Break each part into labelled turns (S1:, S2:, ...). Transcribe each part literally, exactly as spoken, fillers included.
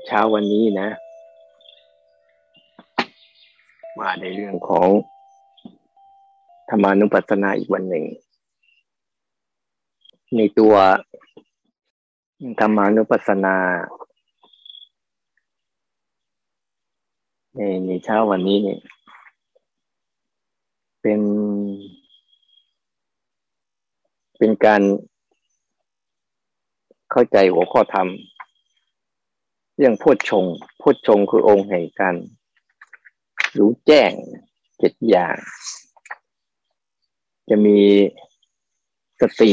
S1: เช้าวันนี้นะมาในเรื่องของธรรมานุปัสสนาอีกวันหนึ่งในตัวธรรมานุปัสสนาในในเช้าวันนี้เนี่ยเป็นเป็นการเข้าใจหัวข้อธรรมเรื่องโพชฌงค์โพชฌงค์คือองค์แห่งการรู้แจ้งเจ็ดอย่างจะมีสติ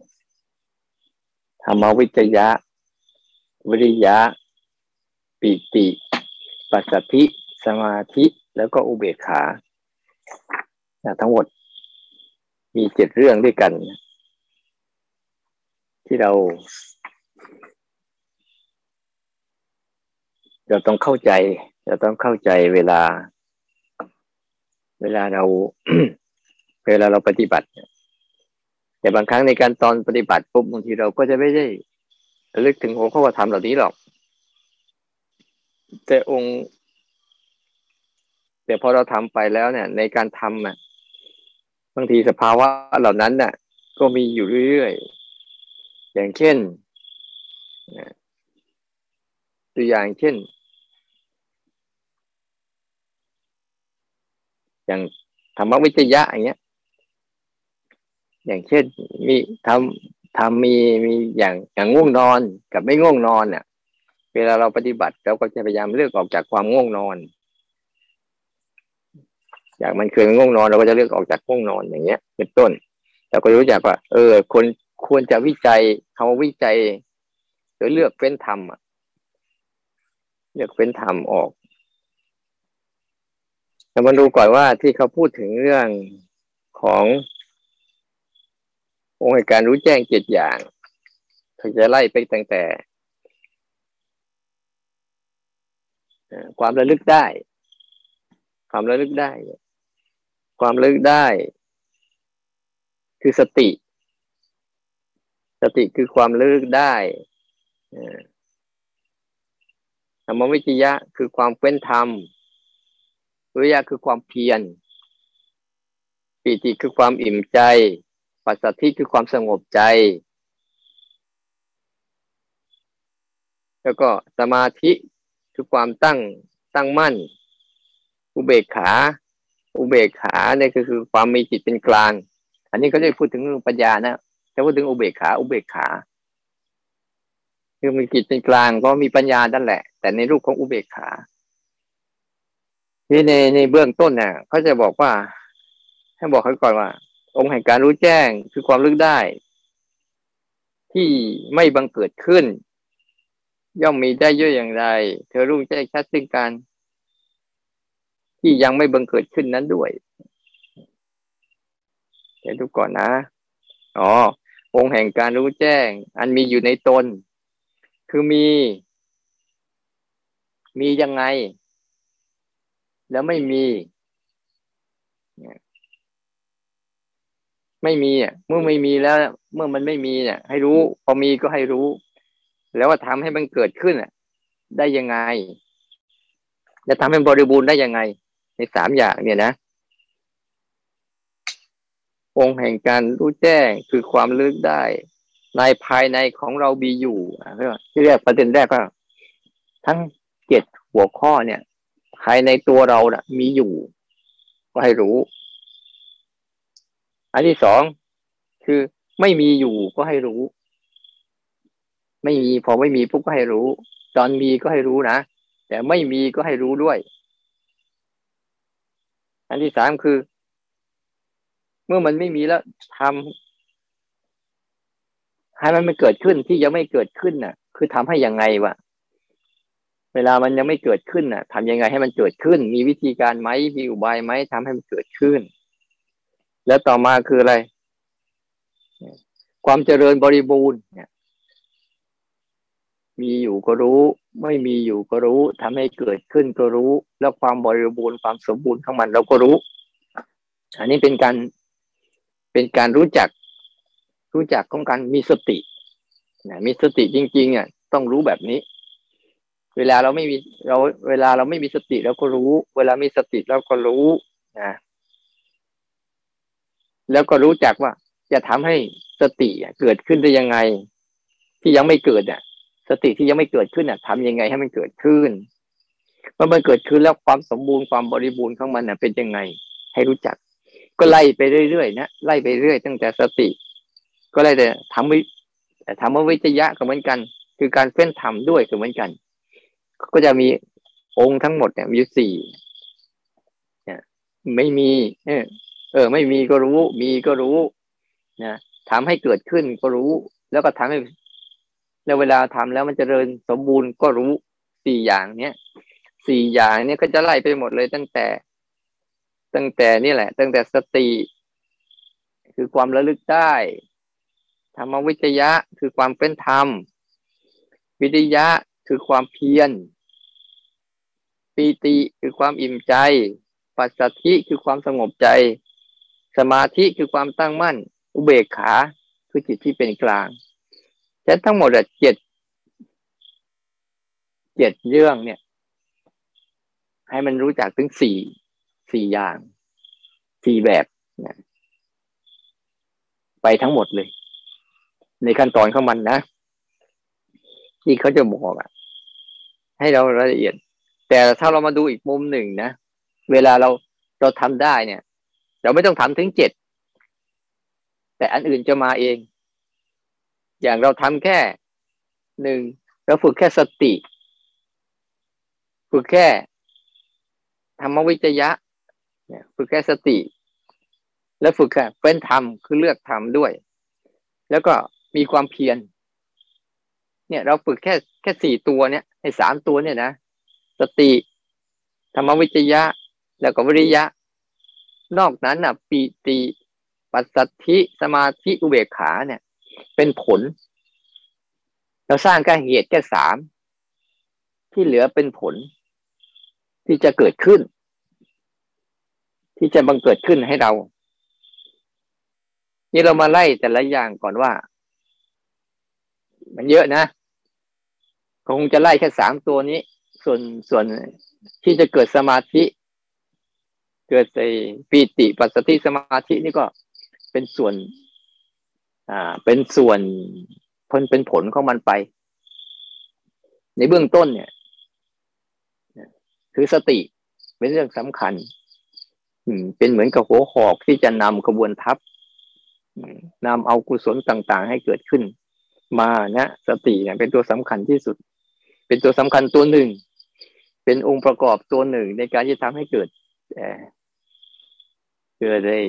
S1: ธรรมวิจยะวิริยะปิติปัสสัทธิสมาธิแล้วก็อุเบกขาทั้งหมดมีเจ็ดเรื่องด้วยกันที่เราเราต้องเข้าใจเราต้องเข้าใจเวลาเวลาเรา เวลาเราปฏิบัติแต่บางครั้งในการตอนปฏิบัติปุ๊บบางทีเราก็จะไม่ได้ระลึกถึงหัวข้อธรรมเหล่านี้หรอกแต่องค์แต่พอเราทำไปแล้วเนี่ยในการทำอ่ะบางทีสภาวะเหล่านั้นน่ะก็มีอยู่เรื่อยๆอย่างเช่นตัวอย่างเช่นอย่างธรรมวิจยะอย่างเงี้ยอย่างเช่นมีทำทำมีมีอย่างอย่างง่วงนอนกับไม่ง่วงนอนเนี่ยเวลาเราปฏิบัติเราก็จะพยายามเลือกออกจากความง่วงนอนอยากมันเคยง่วงนอนเราก็จะเลือกออกจากง่วงนอนอย่างเงี้ยเป็นต้นเราก็รู้จักว่าเออคนควรจะวิจัยคำว่าวิจัยหรือเลือกเฟ้นธรรมเลือกเฟ้นธรรมออกเรามาดูก่อนว่าที่เขาพูดถึงเรื่องขององค์แห่งการรู้แจ้งเจ็ดอย่างเขาจะไล่ไปตั้งแต่ความระลึกได้ความระลึกได้ความระลึกได้คือสติสติคือความระลึกได้ธรรมวิจยะคือความเฟ้นธรรมวิริยะคือความเพียรปิติคือความอิ่มใจปัสสัทธิคือความสงบใจแล้วก็สมาธิคือความตั้งตั้งมั่นอุเบกขาอุเบกขาเนี่ยก็คือความมีจิตเป็นกลางอันนี้เขาจะพูดถึงเรื่องปัญญานะจะพูดถึงอุเบกขาอุเบกขาคือมีจิตเป็นกลางก็มีปัญญานั่นแหละแต่ในรูปของอุเบกขาที่ในในเบื้องต้นเนี่ยเขาจะบอกว่าให้บอกเขาก่อนว่าองค์แห่งการรู้แจ้งคือความรู้ได้ที่ไม่บังเกิดขึ้นย่อมมีได้ด้วยอย่างไรเธอรู้แจ้งชัดซึ่งการที่ยังไม่บังเกิดขึ้นนั้นด้วยเดี๋ยวดูก่อนนะอ๋อองค์แห่งการรู้แจ้งอันมีอยู่ในตนคือมีมียังไงแล้วไม่มีไม่มีอ่ะเมื่อไม่มีแล้วเมื่อมันไม่มีเนี่ยให้รู้พอมีก็ให้รู้แล้วว่าทำให้มันเกิดขึ้นอ่ะได้ยังไงจะทำให้บริบูรณ์ได้ยังไงในสามอย่างเนี่ยนะองค์แห่งการรู้แจ้งคือความลึกได้ในภายในของเรามีอยู่ที่เรียกประเด็นแรกก็ทั้งเจ็ดหัวข้อเนี่ยภายในตัวเราน่ะมีอยู่ก็ให้รู้อันที่สองคือไม่มีอยู่ก็ให้รู้ไม่มีพอไม่มีปุ๊บก็ให้รู้ตอนมีก็ให้รู้นะแต่ไม่มีก็ให้รู้ด้วยอันที่สามคือเมื่อมันไม่มีแล้วทำให้มันไม่เกิดขึ้นที่ยังไม่เกิดขึ้นน่ะคือทำให้ยังไงวะเวลามันยังไม่เกิดขึ้นน่ะทำยังไงให้มันเกิดขึ้นมีวิธีการไหมมีอุบายไหมทำให้มันเกิดขึ้นแล้วต่อมาคืออะไรความเจริญบริบูรณ์เนี่ยมีอยู่ก็รู้ไม่มีอยู่ก็รู้ทำให้เกิดขึ้นก็รู้แล้วความบริบูรณ์ความสมบูรณ์ของมันเราก็รู้อันนี้เป็นการเป็นการรู้จักรู้จักของการมีสตินะมีสติจริงๆอ่ะต้องรู้แบบนี้เวลาเราไม่มีเราเวลาเราไม่มีสติเราก็รู้เวลามีสติเราก็รู้นะแล้วก็รู้จักว่าจะทำให้สติเกิดขึ้นได้ยังไงที่ยังไม่เกิดอ่ะสติที่ยังไม่เกิดขึ้นอ่ะทำยังไงให้มันเกิดขึ้นเมื่อมันเกิดขึ้นแล้วความสมบูรณ์ความบริบูรณ์ของมันอ่ะเป็นยังไงให้รู้จักก็ไล่ไปเรื่อยๆนะไล่ไปเรื่อยตั้งแต่สติก็ไล่แต่ทำวิทำวิจยะก็เหมือนกันคือการเฟ้นธรรมด้วยก็เหมือนกันก็จะมีองค์ทั้งหมดเนี่ยมีสี่เนี่ยไม่มีเออเออไม่มีก็รู้มีก็รู้นะทำให้เกิดขึ้นก็รู้แล้วก็ทำให้แล้วเวลาทำแล้วมันจเจริญสมบูรณ์ก็รู้สี่อย่างเนี้ยสี่อย่างเนี้ยก็จะไล่ไปหมดเลยตั้งแต่ตั้งแต่นี่แหละตั้งแต่สติคือความระลึกได้ธรรมวิจยะคือความเป็นธรรมวิริยะคือความเพียรปีติคือความอิ่มใจปัสสัทธิคือความสงบใจสมาธิคือความตั้งมั่นอุเบกขาคือจิตที่เป็นกลางฉะนั้นทั้งหมดอ่ะเจ็ดเจ็ดเรื่องเนี่ยให้มันรู้จักถึงสี่สี่อย่างสี่แบบนะไปทั้งหมดเลยในขั้นตอนของมันนะที่เขาจะบอกอ่ะให้เรารายละเอียดแต่ถ้าเรามาดูอีกมุมหนึ่งนะเวลาเราเราทำได้เนี่ยเราไม่ต้องทำถึงเจ็ดแต่อันอื่นจะมาเองอย่างเราทำแค่หนึ่งเราฝึกแค่สติฝึกแค่ธรรมวิจยะเนี่ยฝึกแค่สติแล้วฝึกแค่เป็นธรรมคือเลือกธรรมด้วยแล้วก็มีความเพียรเนี่ยเราฝึกแค่แค่สี่ตัวเนี่ยไอ้สามตัวเนี่ยนะสติธรรมวิจยะแล้วก็วิริยะนอกนั้นน่ะปีติปัสสัทธิสมาธิอุเบกขาเนี่ยเป็นผลเราสร้างแค่เหตุแค่สามที่เหลือเป็นผลที่จะเกิดขึ้นที่จะบังเกิดขึ้นให้เรานี่เรามาไล่แต่ละอย่างก่อนว่ามันเยอะนะคงจะไล่แค่สามตัวนี้ส่วนส่วนที่จะเกิดสมาธิเกิดในปีติปัสสัทธิสมาธินี่ก็เป็นส่วนอ่าเป็นส่วนผลเป็นผลของมันไปในเบื้องต้นเนี่ยคือสติเป็นเรื่องสำคัญเป็นเหมือนกับหัวหอกที่จะนำขบวนทัพนำเอากุศลต่างๆให้เกิดขึ้นมานะสติเนี่ยเป็นตัวสำคัญที่สุดเป็นตัวสำคัญตัวหนึ่งเป็นองค์ประกอบตัวหนึ่งในการที่ทำให้เกิดเกิดได้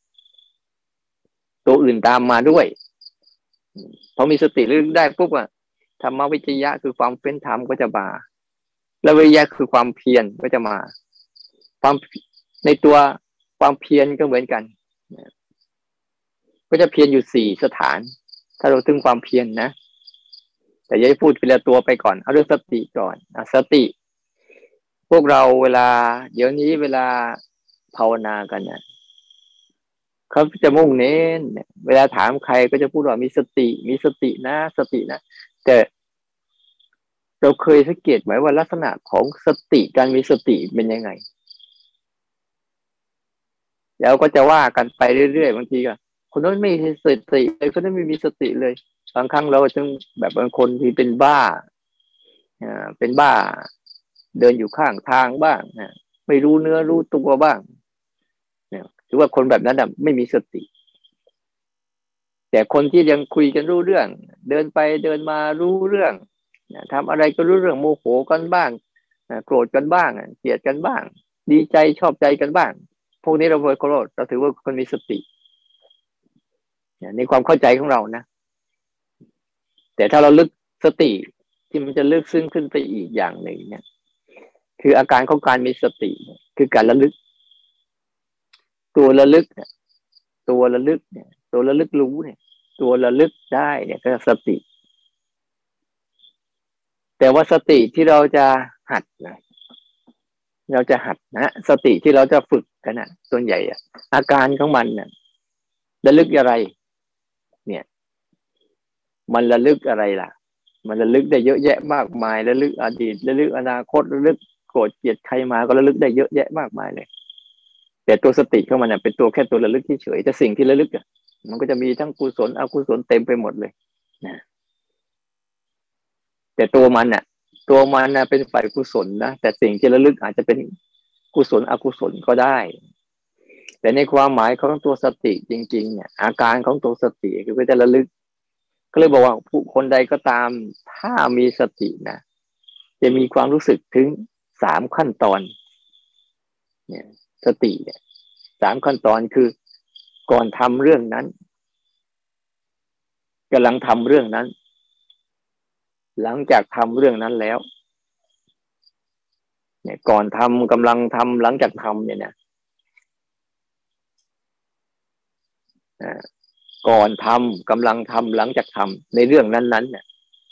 S1: ตัวอื่นตามมาด้วยพอมีสติระลึกได้ปุ๊บอะธรรมวิจยะคือความเป็นธรรมก็จะมาแล้ววิริยะคือความเพียรก็จะมาความในตัวความเพียรก็เหมือนกันก็จะเพียรอยู่สี่สถานถ้าเราถึงความเพียร นะแต่อย่าพูดเป็นละตัวไปก่อนเอาเรื่องสติก่อนสติพวกเราเวลาเดี๋ยวนี้เวลาภาวนากันเนี่ยเขาจะมุ่งเน้นเวลาถามใครก็จะพูดว่ามีสติมีสตินะสตินะแต่เราเคยสังเกตไหมว่าลักษณะของสติการมีสติเป็นยังไงแล้วก็จะว่ากันไปเรื่อยๆบางทีก็คนนั้นไม่มีสติเลยคนนั้นไม่มีสติเลยบางครั้งเราจึงแบบบางคนที่เป็นบ้าอ่าเป็นบ้าเดินอยู่ข้างทางบ้างนะไม่รู้เนื้อรู้ตัวบ้างเนี่ยถือว่าคนแบบนั้นอ่ะไม่มีสติแต่คนที่ยังคุยกันรู้เรื่องเดินไปเดินมารู้เรื่องทำอะไรก็รู้เรื่องโมโหกันบ้างโกรธกันบ้างเกลียดกันบ้างดีใจชอบใจกันบ้างพวกนี้เราเคารพเราถือว่าคนมีสติในความเข้าใจของเรานะแต่ถ้าเราลึกสติที่มันจะลึกซึ้งขึ้นไปอีกอย่างหนึ่งเนี่ยคืออาการของการมีสติคือการระลึกตัวระลึกเนี่ยตัวระลึกเนี่ยตัวระลึกรู้เนี่ยตัวระลึกได้เนี่ยก็สติแต่ว่าสติที่เราจะหัดนะเราจะหัดนะสติที่เราจะฝึกกันนะส่วนใหญ่อะอาการของมันเนี่ยระลึกอะไรเนี่ยมันระลึกอะไรล่ะมันระลึกได้เยอะแยะมากมายระลึกอดีตระลึกอนาคตระลึกโกรธเกลียดใครมาก็ระลึกได้เยอะแยะมากมายเลยแต่ตัวสติของมันเป็นตัวแค่ตัวระลึกเฉยๆแต่สิ่งที่ระลึกมันก็จะมีทั้งกุศลอกุศลเต็มไปหมดเลยนะแต่ตัวมันน่ะตัวมันน่ะเป็นฝ่ายกุศลนะแต่สิ่งที่ระลึกอาจจะเป็นกุศลอกุศลก็ได้แต่ในความหมายของตัวสติจริงๆเนี่ยอาการของตัวสติคือก็จะระลึกก็เลยบอกว่าผู้คนใดก็ตามถ้ามีสตินะจะมีความรู้สึกถึงสามขั้นตอนเนี่ยสติเนี่ยสามขั้นตอนคือก่อนทำเรื่องนั้นกำลังทำเรื่องนั้นหลังจากทำเรื่องนั้นแล้วเนี่ยก่อนทำกำลังทำหลังจากทำเนี่ยนะก่อนทำกำลังทำหลังจากทำในเรื่องนั้นๆเนี่ย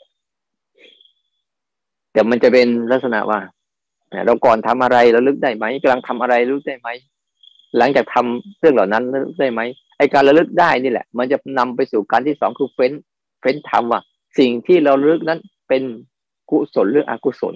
S1: แต่มันจะเป็นลักษณะว่าเราก่อนทำอะไรเราลึกได้ไหมกำลังทำอะไรรู้ได้ไหมหลังจากทำเรื่องเหล่านั้นรู้ได้ไหมไอการระลึกได้นี่แหละมันจะนำไปสู่การที่สองคือเฟ้นเฟ้นทำว่าสิ่งที่เราลึกนั้นเป็นกุศลหรืออกุศล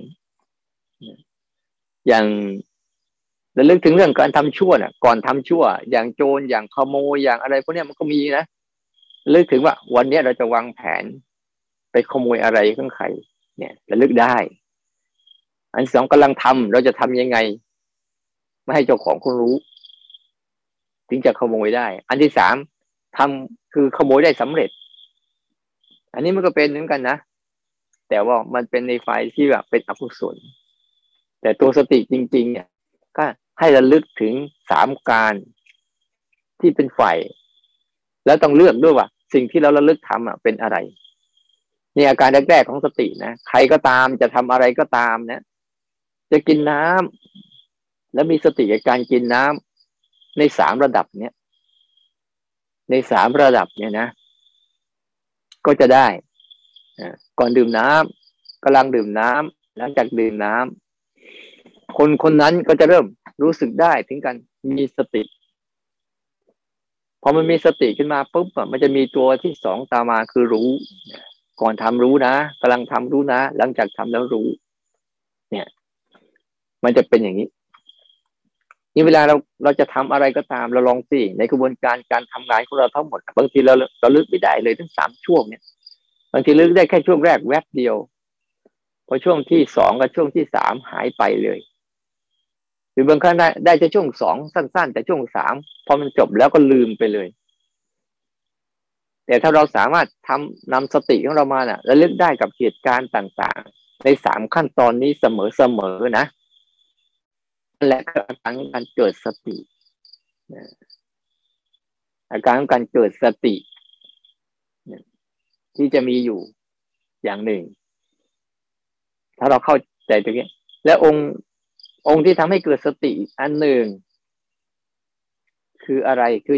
S1: อย่างระลึกถึงเรื่องการทำชั่วน่ะก่อนทำชั่วอย่างโจรอย่างขโมยอย่างอะไรพวกนี้มันก็มีนะระลึกถึงว่าวันนี้เราจะวางแผนไปขโมยอะไรของใครเนี่ยระลึกได้อันสองกำลังทำเราจะทำยังไงไม่ให้เจ้าของเขารู้ถึงจะขโมยได้อันที่สามทำคือขโมยได้สำเร็จอันนี้มันก็เป็นเหมือนกันนะแต่ว่ามันเป็นในฝ่ายที่แบบเป็นอกุศลแต่ตัวสติจริงๆเนี่ยก็ให้ระลึกถึงสามการที่เป็นฝ่ายแล้วต้องเลือกด้วยว่าสิ่งที่เราระลึกทำอ่ะเป็นอะไรนี่อาการแรกๆของสตินะใครก็ตามจะทำอะไรก็ตามนะจะกินน้ำแล้วมีสติกับการกินน้ำในสามระดับเนี้ยในสามระดับเนี่ยนะก็จะได้ก่อนดื่มน้ำกำลังดื่มน้ำหลังจากดื่มน้ำคนคนนั้นก็จะเริ่มรู้สึกได้ถึงการมีสติพอมันมีสติขึ้นมาปุ๊บมันจะมีตัวที่สองตามมาคือรู้ก่อนทำรู้นะกำลังทำรู้นะหลังจากทำแล้วรู้เนี่ยมันจะเป็นอย่างนี้นี่เวลาเราเราจะทำอะไรก็ตามเราลองสิในกระบวนการการทำงานของเราทั้งหมดบางทีเราเราลึกไม่ได้เลยทั้งสามช่วงเนี่ยบางทีลึกได้แค่ช่วงแรกแวบเดียวพอช่วงที่สองกับช่วงที่สามหายไปเลยหรือบางครั้งได้ได้แค่ช่วงสองสั้นๆแต่ช่วงสามพอมันจบแล้วก็ลืมไปเลยแต่ถ้าเราสามารถทำนำสติของเรามาน่ะระลึกได้กับเหตุการณ์ต่างๆในสามขั้นตอนนี้เสมอๆนะและก็อาการของการเกิดสติอาการของการเกิดสติที่จะมีอยู่อย่างหนึ่งถ้าเราเข้าใจตรงนี้และองค์องค์ที่ทำให้เกิดสติอันหนึ่งคืออะไรคือ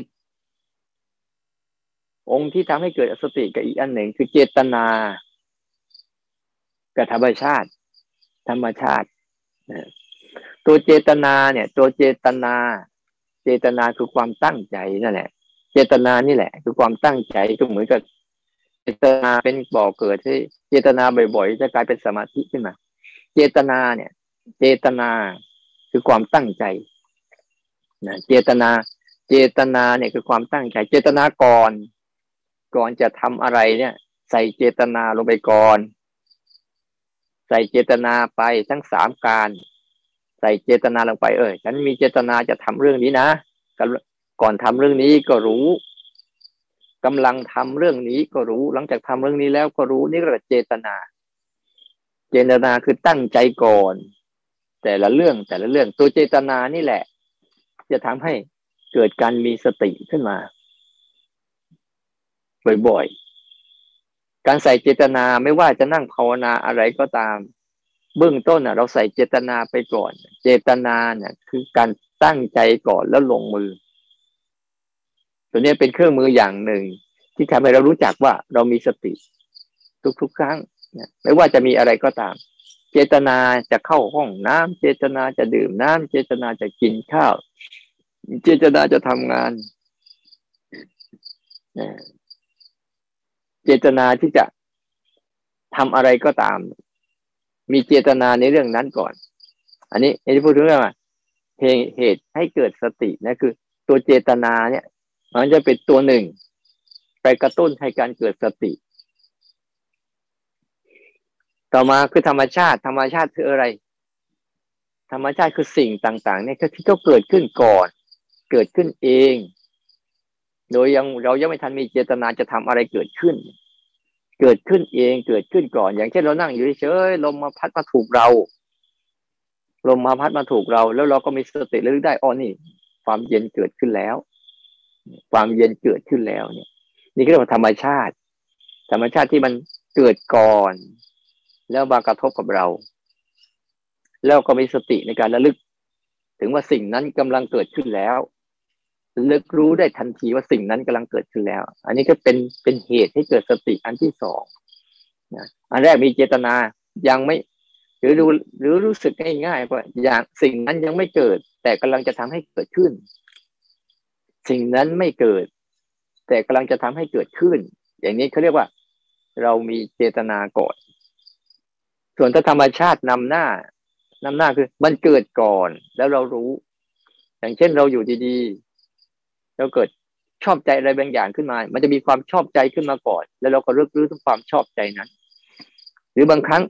S1: องค์ที่ทำให้เกิดสติกับอีกอันหนึ่งคือเจตนากับธรรมชาติธรรมชาติตัวเจตนาเนี่ยตัวเจตนาเจตนาคือความตั้งใจนั่นแหละเจตนานี่แหละคือความตั้งใจก็เหมือนกับเจตนาเป็นบ่อเกิดที่เจตนาบ่อยๆจะกลายเป็นสมาธิขึ้นมาเจตนาเนี่ยเจตนาคือความตั้งใจนะเจตนาเจตนาเนี่ยคือความตั้งใจเจตนาก่อนก่อนจะทำอะไรเนี่ยใส่เจตนาลงไปก่อนใส่เจตนาไปทั้งสามการใส่เจตนาลงไปเออฉันมีเจตนาจะทำเรื่องนี้นะก่อนทำเรื่องนี้ก็รู้กำลังทำเรื่องนี้ก็รู้หลังจากทำเรื่องนี้แล้วก็รู้นี่ก็เจตนาเจตนาคือตั้งใจก่อนแต่ละเรื่องแต่ละเรื่องตัวเจตนานี่แหละจะทำให้เกิดการมีสติขึ้นมาบ่อยๆการใส่เจตนาไม่ว่าจะนั่งภาวนาอะไรก็ตามเบื้องต้นน่ะเราใส่เจตนาไปก่อนเจตนาเนี่ยคือการตั้งใจก่อนแล้วลงมือตัวนี้เป็นเครื่องมืออย่างหนึ่งที่ทำให้เรารู้จักว่าเรามีสติทุกๆครั้งนะไม่ว่าจะมีอะไรก็ตามเจตนาจะเข้าห้องน้ำเจตนาจะดื่มน้ำเจตนาจะกินข้าวเจตนาจะทำงานเจตนาที่จะทำอะไรก็ตามมีเจตนาในเรื่องนั้นก่อนอันนี้ที่พูดถึงเรื่องว่าเหตุให้เกิดสตินะคือตัวเจตนาเนี่ยมันจะเป็นตัวหนึ่งไปกระตุ้นให้การเกิดสติต่อมาคือธรรมชาติธรรมชาติคืออะไรธรรมชาติคือสิ่งต่างๆเนี่ยที่เขาเกิดขึ้นก่อนเกิดขึ้นเองโดยยังเรายังไม่ทันมีเจตนาจะทำอะไรเกิดขึ้นเกิดขึ้นเองเกิดขึ้นก่อนอย่างเช่นเรานั่งอยู่เฉยๆลมมาพัดมาถูกเราลมมาพัดมาถูกเราแล้วเราก็มีสติระลึกได้อ๋อนี่ความเย็นเกิดขึ้นแล้วความเย็นเกิดขึ้นแล้วเนี่ยนี่ก็เรียกว่าธรรมชาติธรรมชาติที่มันเกิดก่อนแล้วมากระทบกับเราแล้วก็มีสติในการระลึกถึงว่าสิ่งนั้นกำลังเกิดขึ้นแล้วระลึกรู้ได้ทันทีว่าสิ่งนั้นกำลังเกิดขึ้นแล้วอันนี้ก็เป็นเป็นเหตุให้เกิดสติอันที่สองนะอันแรกมีเจตนายังไม่หรือดูหรือรู้สึกง่ายๆว่าอย่างสิ่งนั้นยังไม่เกิดแต่กำลังจะทำให้เกิดขึ้นสิ่งนั้นไม่เกิดแต่กำลังจะทำให้เกิดขึ้นอย่างนี้เขาเรียกว่าเรามีเจตนาก่อนส่วนถ้าธรรมชาตินำหน้านำหน้าคือมันเกิดก่อนแล้วเรารู้อย่างเช่นเราอยู่ดีๆเราเกิดชอบใจอะไรบางอย่างขึ้นมามันจะมีความชอบใจขึ้นมาก่อนแล้วเราก็รู้รู้ถึงความชอบใจนั้นหรือบางครั้ง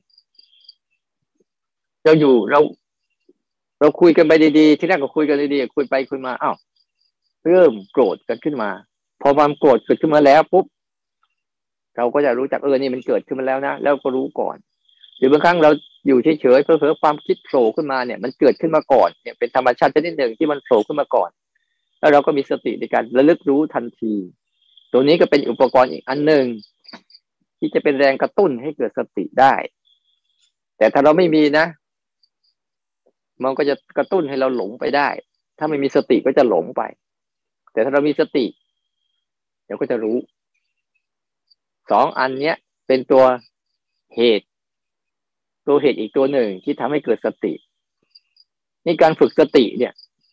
S1: เราอยู่เราเราคุยกันไปดีๆที่แรกก็คุยกันดีๆคุยไปคุยมาอ้าวเริ่มโกรธกันขึ้นมาพอความโกรธเกิดขึ้นมาแล้วปุ๊บเราก็จะรู้จักเออนี่มันเกิดขึ้นมาแล้วนะแล้วก็รู้ก่อนหรือบางครั้งเราอยู่เฉยๆเผลอๆความคิดโผล่ขึ้นมาเนี่ยมันเกิดขึ้นมาก่อนเนี่ยเป็นธรรมชาติชนิดหนึ่งที่มันโผล่ขึ้นมาก่อนแล้วเราก็มีสติในการระลึกรู้ทันทีตัวนี้ก็เป็นอุปกรณ์อีกอันหนึ่งที่จะเป็นแรงกระตุ้นให้เกิดสติได้แต่ถ้าเราไม่มีนะมันก็จะกระตุ้นให้เราหลงไปได้ถ้าไม่มีสติก็จะหลงไปแต่ถ้าเรามีสติเดี๋ยวก็จะรู้สองอันเนี้ยเป็นตัวเหตุตัวเหตุอีกตัวหนึ่งที่ทำให้เกิดสติในการฝึกสติเนี่ย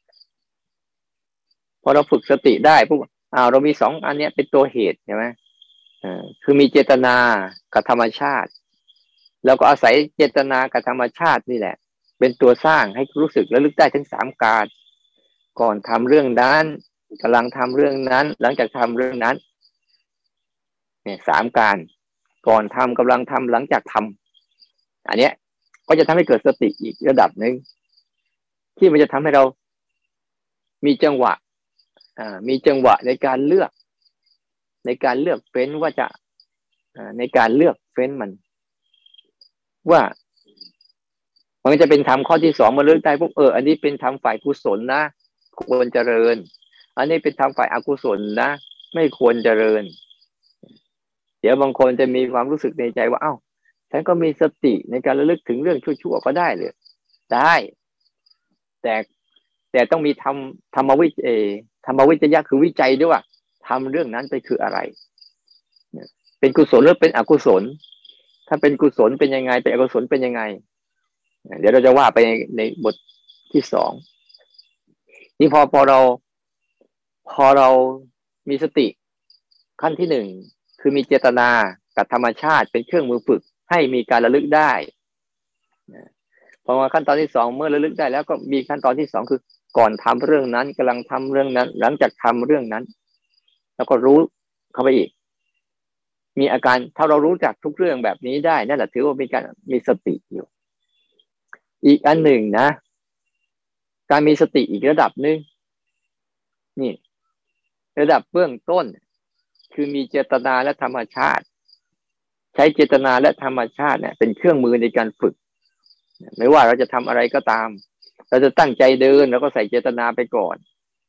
S1: พอเราฝึกสติได้ปุ๊บอ้าวเรามีสองอันเนี้ยเป็นตัวเหตุใช่ไหมอ่าคือมีเจตนากับธรรมชาติแล้วก็อาศัยเจตนากับธรรมชาตินี่แหละเป็นตัวสร้างให้รู้สึกและลึกได้ทั้งสามการก่อนทำเรื่องนั้นกำลังทำเรื่องนั้นหลังจากทำเรื่องนั้นเนี่ยสามการก่อนทำกำลังทำหลังจากทำอันเนี้ยก็จะทำให้เกิดสติอีกระดับหนึ่งที่มันจะทำให้เรามีจังหวะอ่ามีจังหวะในการเลือกในการเลือกเฟ้นว่าจะอ่าในการเลือกเฟ้นมันว่ามันจะเป็นธรรมข้อที่สองมาเลือกได้พวกเอออันนี้เป็นธรรมฝ่ายกุศลนะควรเจริญอันนี้เป็นธรรมฝ่ายอกุศลนะไม่ควรเจริญเดี๋ยวบางคนจะมีความรู้สึกในใจว่าเอ้าฉันก็มีสติในการระลึกถึงเรื่องชั่วๆก็ได้เลยได้แต่แต่ต้องมีธรรมธรรมวิเอธรรมวิจยะคือวิจัยด้วยว่าทำเรื่องนั้นไปคืออะไรเป็นกุศลหรือเป็นอกุศลถ้าเป็นกุศลเป็นยังไงเป็นอกุศลเป็นยังไงเดี๋ยวเราจะว่าไปในในบทที่สองนี่พอพอเราพอเรามีสติขั้นที่หนึ่งคือมีเจตนากับธรรมชาติเป็นเครื่องมือฝึกให้มีการระลึกได้พอมาขั้นตอนที่สองเมื่อระลึกได้แล้วก็มีขั้นตอนที่สองคือก่อนทำเรื่องนั้นกำลังทำเรื่องนั้นหลังจากทำเรื่องนั้นแล้วก็รู้เข้าไปอีกมีอาการถ้าเรารู้จักทุกเรื่องแบบนี้ได้นั่นแหละถือว่ามีการมีสติอยู่อีกอันหนึ่งนะการมีสติอีกระดับหนึ่งนี่ระดับเบื้องต้นคือมีเจตนาและธรรมชาติใช้เจตนาและธรรมชาติเนี่ยเป็นเครื่องมือในการฝึกไม่ว่าเราจะทำอะไรก็ตามเราจะตั้งใจเดินแล้วก็ใส่เจตนาไปก่อน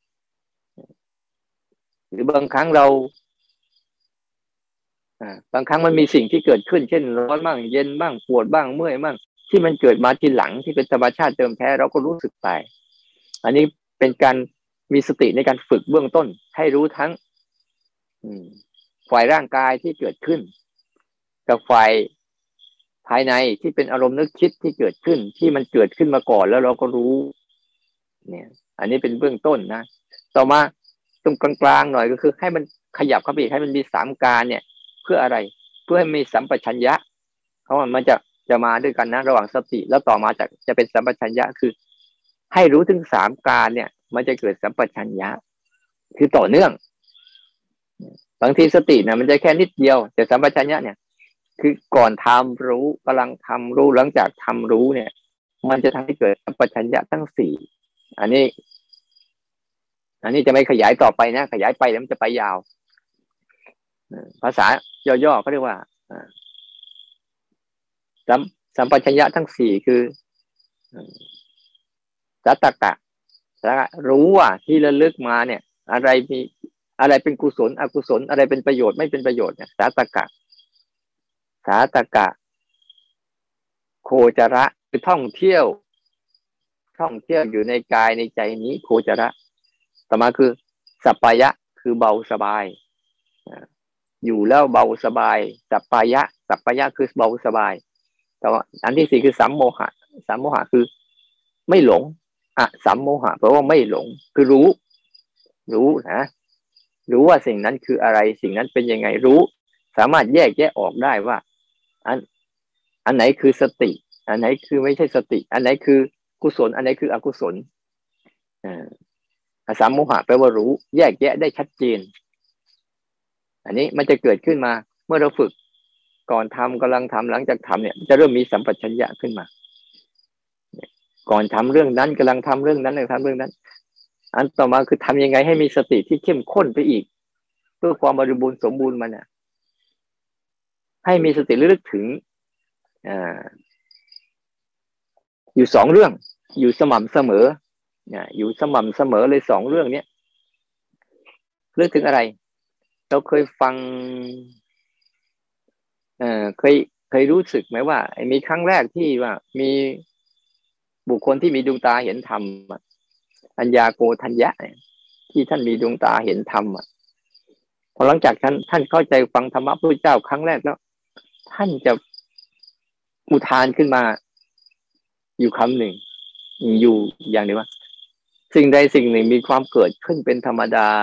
S1: หรือบางครั้งเราบางครั้งมันมีสิ่งที่เกิดขึ้นเช่นร้อนบ้างเย็นบ้างปวดบ้างเมื่อยบ้างที่มันเกิดมาทีหลังที่เป็นธรรมชาติเดิมแท้เราก็รู้สึกไปอันนี้เป็นการมีสติในการฝึกเบื้องต้นให้รู้ทั้งฝ่ายร่างกายที่เกิดขึ้นกับฝ่ายภายในที่เป็นอารมณ์นึกคิดที่เกิดขึ้นที่มันเกิดขึ้นมาก่อนแล้วเราก็รู้เนี่ยอันนี้เป็นเบื้องต้นนะต่อมาตรงกลางๆหน่อยก็คือให้มันขยับเข้าไปอีกให้มันมีสามการเนี่ยเพื่ออะไรเพื่อให้มีสัมปชัญญะเพราะว่ามันจะจะมาด้วยกันนะระหว่างสติแล้วต่อมาจากจะเป็นสัมปชัญญะคือให้รู้ถึงสามการเนี่ยมันจะเกิดสัมปชัญญะคือต่อเนื่องบางทีสตินะมันจะแค่นิดเดียวแต่สัมปชัญญะเนี่ยคือก่อนทำรู้กำลังทำรู้หลังจากทำรู้เนี่ยมันจะทำให้เกิดสัมปชัญญะทั้งสี่อันนี้อันนี้จะไม่ขยายต่อไปนะขยายไปแล้วมันจะไปยาวภาษาย่อๆเขาเรียกว่าสัมสัมปชัญญะทั้งสี่คือสัตตกะรู้ว่าที่ระลึกมาเนี่ยอะไรมีอะไรเป็นกุศลอกุศลอะไรเป็นประโยชน์ไม่เป็นประโยชน์เนี่ยสัตตกะสัตตกะโคจระคือท่องเที่ยวท่องเที่ยวอยู่ในกายในใจนี้โคจระต่อมาคือสัปปายะคือเบาสบายอยู่แล้วเบาสบายสัปปายะสัปปายะคือเบาสบายแต่ว่าอันที่สี่คือสัมโมหะสัมโมหะคือไม่หลงอะสัมโมหะแปลว่าไม่หลงคือรู้รู้นะรู้ว่าสิ่งนั้นคืออะไรสิ่งนั้นเป็นยังไงรู้สามารถแยกแยะออกได้ว่าอันอันไหนคือสติอันไหนคือไม่ใช่สติอันไหนคือกุศลอันไหนคืออกุศลอ่าสัมโมหะแปลว่ารู้แยกแยะได้ชัดเจนอันนี้มันจะเกิดขึ้นมาเมื่อเราฝึกก่อนทำกำลังทำหลังจากทำเนี่ยจะเริ่มมีสัมปชัญญะขึ้นมาก่อนทำเรื่องนั้นกำลังทำเรื่องนั้นกำลังทำเรื่องนั้นอันต่อมาคือทำยังไงให้มีสติที่เข้มข้นไปอีกเพื่อความบริบูรณ์สมบูรณ์มันน่ะให้มีสติระลึกถึงอ่าอยู่สองเรื่องอยู่สม่ำเสมออยู่สม่ำเสมอเลยสองเรื่องนี้เรื่องถึงอะไรเราเคยฟังเอ่อเคยเคยรู้สึกไหมว่ามีครั้งแรกที่ว่ามีบุคคลที่มีดวงตาเห็นธรรมอัญญาโกทัญญะที่ท่านมีดวงตาเห็นธรรมพอหลังจากท่านท่านเข้าใจฟังธรรมะพระพุทธเจ้าครั้งแรกแล้วท่านจะอุทานขึ้นมาอยู่คำหนึ่งอยู่อย่างนี้ว่าสิ่งใดสิ่งหนึ่งมีความเกิดขึ้นเป็นธรรมดา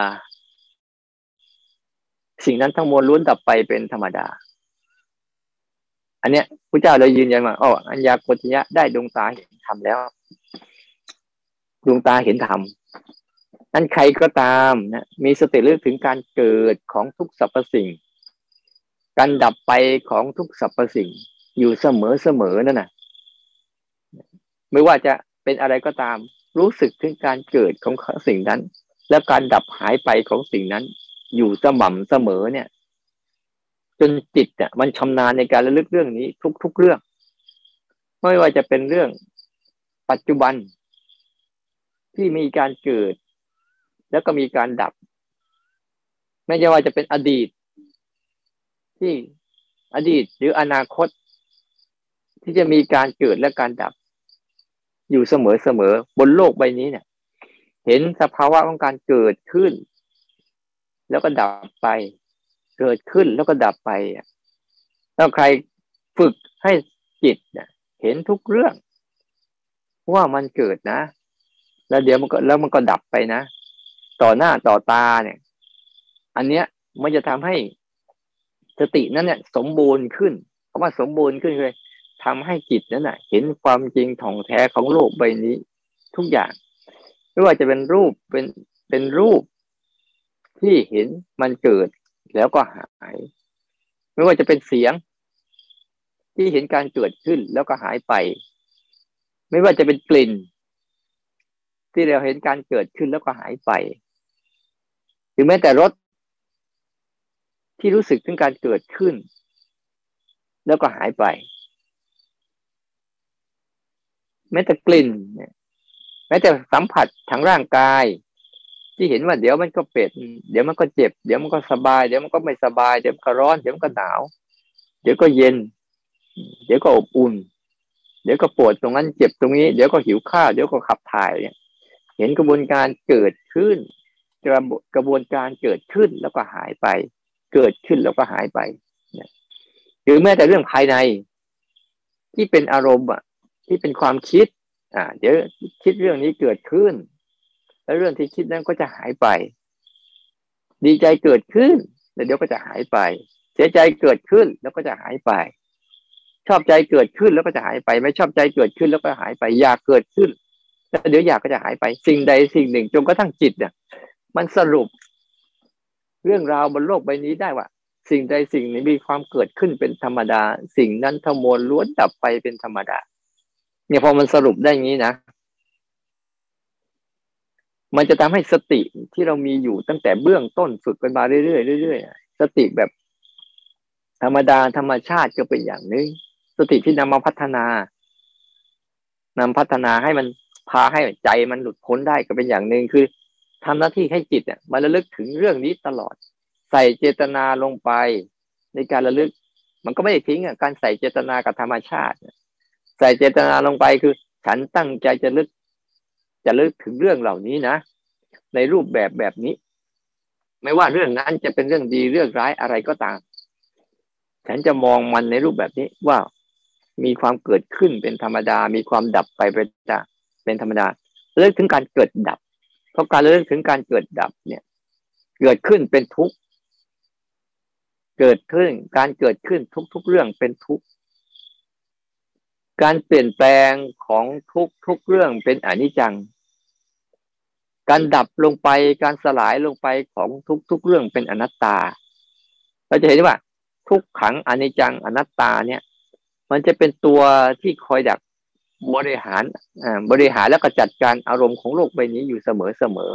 S1: สิ่งนั้นทั้งมวลล้วนดับไปเป็นธรรมดาอันเนี้ยพระเจ้าเลยยืนยันว่าอ๋ออัญญาโกฏัญญะได้ดวงตาเห็นธรรมแล้วดวงตาเห็นธรรมนั้นใครก็ตามนะมีสติระลึกถึงการเกิดของทุกสรรพสิ่งการดับไปของทุกสรรพสิ่งอยู่เสมอเสมอนั่นน่ะไม่ว่าจะเป็นอะไรก็ตามรู้สึกถึงการเกิดของสิ่งนั้นและการดับหายไปของสิ่งนั้นอยู่สม่ำเสมอเนี่ยจนจิตเนี่ยมันชำนาญในการระลึกเรื่องนี้ทุกๆเรื่องไม่ว่าจะเป็นเรื่องปัจจุบันที่มีการเกิดแล้วก็มีการดับไม่ว่าจะเป็นอดีตที่อดีตหรืออนาคตที่จะมีการเกิดและการดับอยู่เสมอเสมอบนโลกใบนี้เนี่ยเห็นสภาวะของการเกิดขึ้นแล้วก็ดับไปเกิดขึ้นแล้วก็ดับไปแล้วใครฝึกให้จิตเนี่ยเห็นทุกเรื่องว่ามันเกิดนะแล้วเดี๋ยวมันก็แล้วมันก็ดับไปนะต่อหน้าต่อตาเนี่ยอันเนี้ยมันจะทำให้สตินั้นเนี่ยสมบูรณ์ขึ้นเพราะว่าสมบูรณ์ขึ้นเลยทำให้จิตนั้นน่ะเห็นความจริงท่องแท้ของโลกใบนี้ทุกอย่างไม่ว่าจะเป็นรูปเป็นเป็นรูปที่เห็นมันเกิดแล้วก็หายไม่ว่าจะเป็นเสียงที่เห็นการเกิดขึ้นแล้วก็หายไปไม่ว่าจะเป็นกลิ่นที่เราเห็นการเกิดขึ้นแล้วก็หายไปหรือแม้แต่รสที่รู้สึกถึงการเกิดขึ้นแล้วก็หายไปแม้แต่กลิ่นแม้แต่สัมผัสทางร่างกายที่เห็นว่าเดี๋ยวมันก็เป็นเดี๋ยวมันก็เจ็บเดี๋ยวมันก็สบายเดี๋ยวมันก็ไม่สบายเดี๋ยวมันก็ร้อนเดี๋ยวมันก็หนาวเดี๋ยวก็เย็นเดี๋ยวก็อบอุ่นเดี๋ยวก็ปวดตรงนั้นเจ็บตรงนี้เดี๋ยวก็หิวข้าวเดี๋ยวก็ขับถ่ายเนี่ยเห็นกระบวนการเกิดขึ้นกระกระบวนการเกิดขึ้นแล้วก็หายไปเกิดขึ้นแล้วก็หายไปหรือแม้แต่เรื่องภายในที่เป็นอารมณ์อ่ะที่เป็นความคิดอ่าเดี๋ยวคิดเรื่องนี้เกิดขึ้นแล้วเรื่องที่คิดนั้นก็จะหายไปดีใจเกิดขึ้นแล้วเดี๋ยวก็จะหายไปเสียใจเกิดขึ้นแล้วก็จะหายไปชอบใจเกิดขึ้นแล้วก็จะหายไปไม่ชอบใจเกิดขึ้นแล้วก็หายไปอยากเกิดขึ้นแล้วเดี๋ยวอยากก็จะหายไปสิ่งใดสิ่งหนึ่งจนกระทั่งจิตเนี่ยมันสรุปเรื่องราวบนโลกใบนี้ได้ว่าสิ่งใดสิ่งหนึ่งมีความเกิดขึ้นเป็นธรรมดาสิ่งนั้นทั้งมวลล้วนดับไปเป็นธรรมดาเนี่ยพอมันสรุปได้อย่างนี้นะมันจะทำให้สติที่เรามีอยู่ตั้งแต่เบื้องต้นฝึกกันมาเรื่อยๆเรื่อยๆสติแบบธรรมดาธรรมชาติก็เป็นอย่างนึงสติที่นำมาพัฒนานำพัฒนาให้มันพาให้ใจมันหลุดพ้นได้ก็เป็นอย่างหนึ่งคือทำหน้าที่ให้จิตเนี่ยมันระลึกถึงเรื่องนี้ตลอดใส่เจตนาลงไปในการระลึกมันก็ไม่ได้ทิ้งอ่ะการใส่เจตนากับธรรมชาติใส่เจตนาลงไปคือฉันตั้งใจจะลึกจะลึกถึงเรื่องเหล่านี้นะในรูปแบบแบบนี้ไม่ว่าเรื่องนั้นจะเป็นเรื่องดีเรื่องร้ายอะไรก็ตามฉันจะมองมันในรูปแบบนี้ว่ามีความเกิดขึ้นเป็นธรรมดามีความดับไปเป็นธรรมดาเรื่องถึงการเกิดดับเพราะการเรื่องถึงการเกิดดับเนี่ยเกิดขึ้นเป็นทุกข์เกิดขึ้นการเกิดขึ้นทุกๆเรื่องเป็นทุกข์การเปลี่ยนแปลงของทุกๆเรื่องเป็นอนิจจังการดับลงไปการสลายลงไปของทุกๆเรื่องเป็นอนัตตาเราจะเห็นว่าทุกขังอนิจจังอนัตตาเนี่ยมันจะเป็นตัวที่คอยดักบริหารอ่าบริหารแล้วก็จัดการอารมณ์ของโลกใบนี้อยู่เสมอเสมอ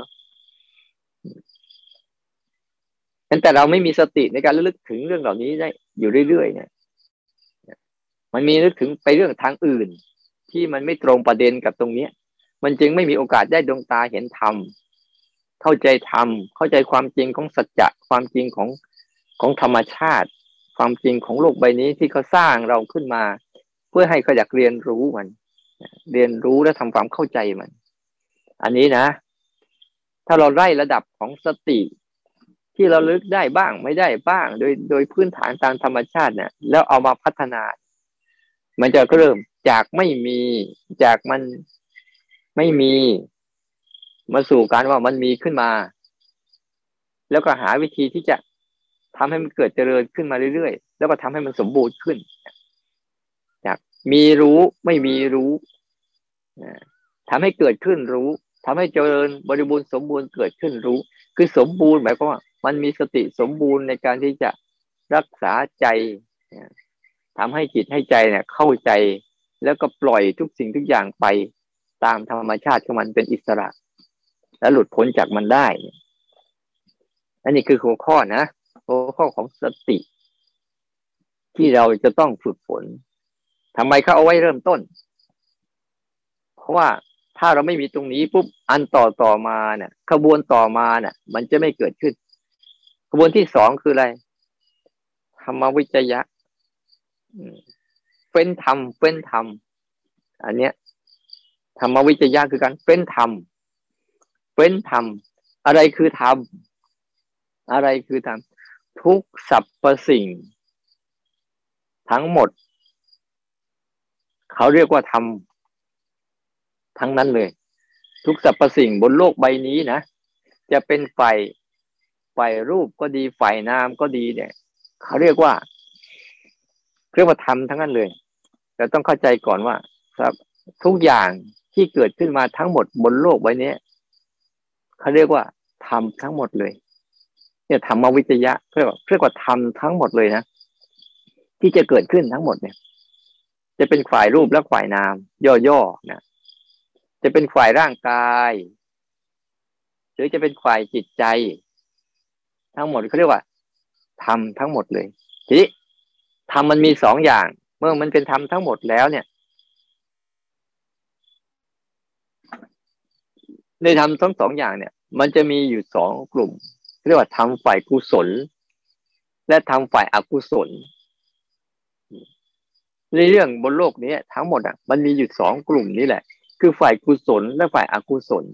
S1: แต่เราไม่มีสติในการระลึกถึงเรื่องเหล่านี้ได้อยู่เรื่อยๆเนี่ยมันมีนึกถึงไปเรื่องทางอื่นที่มันไม่ตรงประเด็นกับตรงนี้มันจึงไม่มีโอกาสได้ดวงตาเห็นธรรมเข้าใจธรรมเข้าใจความจริงของสัจจะความจริงของของธรรมชาติความจริงของโลกใบนี้ที่เขาสร้างเราขึ้นมาเพื่อให้เขาอยากเรียนรู้มันเรียนรู้และทำความเข้าใจมันอันนี้นะถ้าเราไล่ระดับของสติที่เราลึกได้บ้างไม่ได้บ้างโดยโดยพื้นฐานตามธรรมชาติเนี่ยแล้วเอามาพัฒนามันจะเริ่มจากไม่มีจากมันไม่มีมาสู่การว่ามันมีขึ้นมาแล้วก็หาวิธีที่จะทำให้มันเกิดเจริญขึ้นมาเรื่อยๆแล้วก็ทำให้มันสมบูรณ์ขึ้นจากมีรู้ไม่มีรู้ทำให้เกิดขึ้นรู้ทำให้เจริญบริบูรณ์สมบูรณ์เกิดขึ้นรู้คือสมบูรณ์หมายความว่ามันมีสติสมบูรณ์ในการที่จะรักษาใจทำให้จิตให้ใจเนี่ยเข้าใจแล้วก็ปล่อยทุกสิ่งทุกอย่างไปตามธรรมชาติของมันเป็นอิสระและหลุดพ้นจากมันได้อันนี้คือหัวข้อนะหัวข้อของสติที่เราจะต้องฝึกฝนทำไมเขาเอาไว้เริ่มต้นเพราะว่าถ้าเราไม่มีตรงนี้ปุ๊บอันต่อต่อมาเนี่ยขบวนต่อมาเนี่ยมันจะไม่เกิดขึ้นขบวนที่สองคืออะไรธรรมวิจยะเฟ้นธรรมเฟ้นธรรมอันเนี้ยธรรมวิจยะคือการเฟ้นธรรมเฟ้นธรรมอะไรคือธรรมอะไรคือธรรมทุกสรรพสิ่งทั้งหมดเขาเรียกว่าธรรมทั้งนั้นเลยทุกสรรพสิ่งบนโลกใบนี้นะจะเป็นฝ่ายฝ่ายรูปก็ดีฝ่ายนามก็ดีเนี่ยเขาเรียกว่าเรียกว่าธรรมทั้งนั้นเลยเราต้องเข้าใจก่อนว่าครับทุกอย่างที่เกิดขึ้นมาทั้งหมดบนโลกใบนี้เขาเรียกว่าธรรมทั้งหมดเลยเนี่ยธรรมวิจยะเรียกว่าเรียกว่าธรรมทั้งหมดเลยนะที่จะเกิดขึ้นทั้งหมดเนี่ยจะเป็นฝ่ายรูปและฝ่ายนามย่อๆนะจะเป็นฝ่ายร่างกายหรือจะเป็นฝ่ายจิตใจทั้งหมดเขาเรียกว่าธรรมทั้งหมดเลยทีนี้ธรรมมันมีสองอย่างเมื่อมันเป็นธรรมทั้งหมดแล้วเนี่ยในธรรมทั้งสองอย่างเนี่ยมันจะมีอยู่สองกลุ่มเรียกว่าธรรมฝ่ายกุศลและธรรมฝ่ายอกุศลในเรื่องบนโลกนี้ทั้งหมดอ่ะมันมีอยู่สองกลุ่มนี้แหละคือฝ่ายกุศลและฝ่ายอกุศล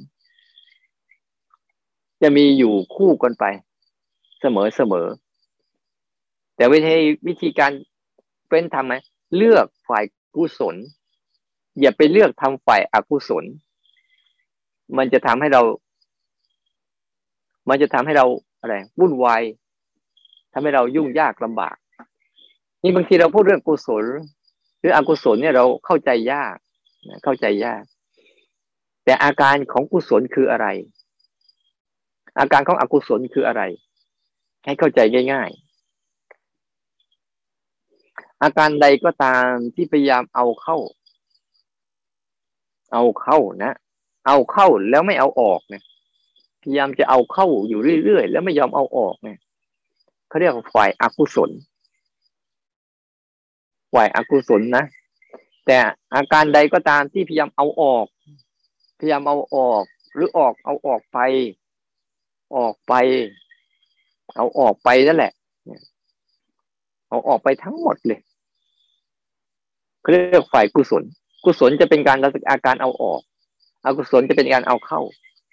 S1: จะมีอยู่คู่กันไปเสมอเสมอแต่วิธีวิธีการเป็นทำไหมเลือกฝ่ายกุศลอย่าไปเลือกทำฝ่ายอกุศลมันจะทำให้เรามันจะทำให้เราอะไรวุ่นวายทำให้เรายุ่งยากลำบากนี่บางทีเราพูดเรื่องกุศลคืออกุศลเนี่ยเราเข้าใจยากเข้าใจยากแต่อาการของกุศลคืออะไรอาการของอกุศลคืออะไรให้เข้าใจง่ายๆอาการใดก็ตามที่พยายามเอาเข้าเอาเข้านะเอาเข้าแล้วไม่เอาออกเนี่ยพยายามจะเอาเข้าอยู่เรื่อยๆแล้วไม่ยอมเอาออกเนี่ยเขาเรียกว่าฝ่ายอกุศลฝ่ายอกุศลนะแต่อาการใดก็ตามที่พยายามเอาออกพยายามเอาออกหรือออกเอาออกไปออกไปเอาออกไปนั่นแหละเอาออกไปทั้งหมดเลยเขาเรียกฝ่ายกุศลกุศลจะเป็นการอาการเอาออกอกุศลจะเป็นการเอาเข้า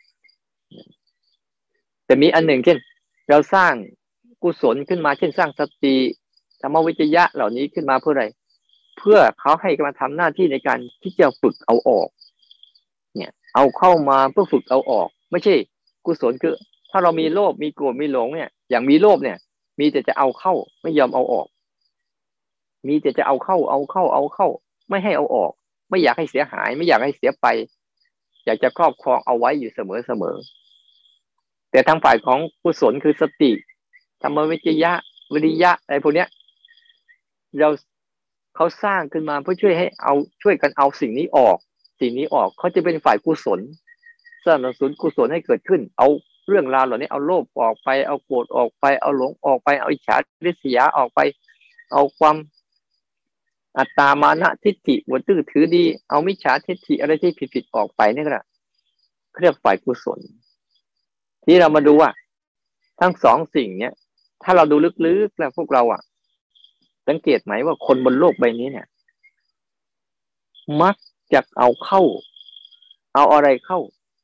S1: แต่มีอันหนึ่งเช่นเราสร้างกุศลขึ้นมาเช่นสร้างสติธรรมวิจยะเหล่านี้ขึ้นมาเพื่ออะไรเพื่อเขาให้มาทำหน้าที่ในการที่จะฝึกเอาออกเนี่ยเอาเข้ามาเพื่อฝึกเอาออกไม่ใช่กุศลคือถ้าเรามีโลภมีโกรธมีหลงเนี่ยอย่างมีโลภเนี่ยมีแต่จะเอาเข้าไม่ยอมเอาออกมีแต่จะเอาเข้าเอาเข้าเอาเข้าไม่ให้เอาออกไม่อยากให้เสียหายไม่อยากให้เสียไปอยากจะครอบครองเอาไว้อยู่เสมอเสมอแต่ทางฝ่ายของกุศลคือสติธรรมวิจยะวิริยะอะไรพวกเนี้ยเราเขาสร้างขึ้นมาเพื่อช่วยให้เอาช่วยกันเอาสิ่งนี้ออกสิ่งนี้ออกเขาจะเป็นฝ่ายกุศลสร้างสนกุศลให้เกิดขึ้นเอาเรื่องราวเหล่านี้เอาโลภออกไปเอาโกรธออกไปเอาหลงออกไปเอาอิจฉาริษยาออกไปเอาความอัตตามานะทิฏฐิวัตถือถือดีเอามิจฉาทิฏฐิอะไรที่ผิดๆออกไปนี่ก็เรียกฝ่ายกุศลที่เรามาดูว่าทั้งสองสิ่งเนี้ยถ้าเราดูลึกๆแล้วพวกเราอ่ะสังเกตไหมว่าคนบนโลกใบนี้เนี่ยมักจะเอาเข้าเอาอะไรเข้า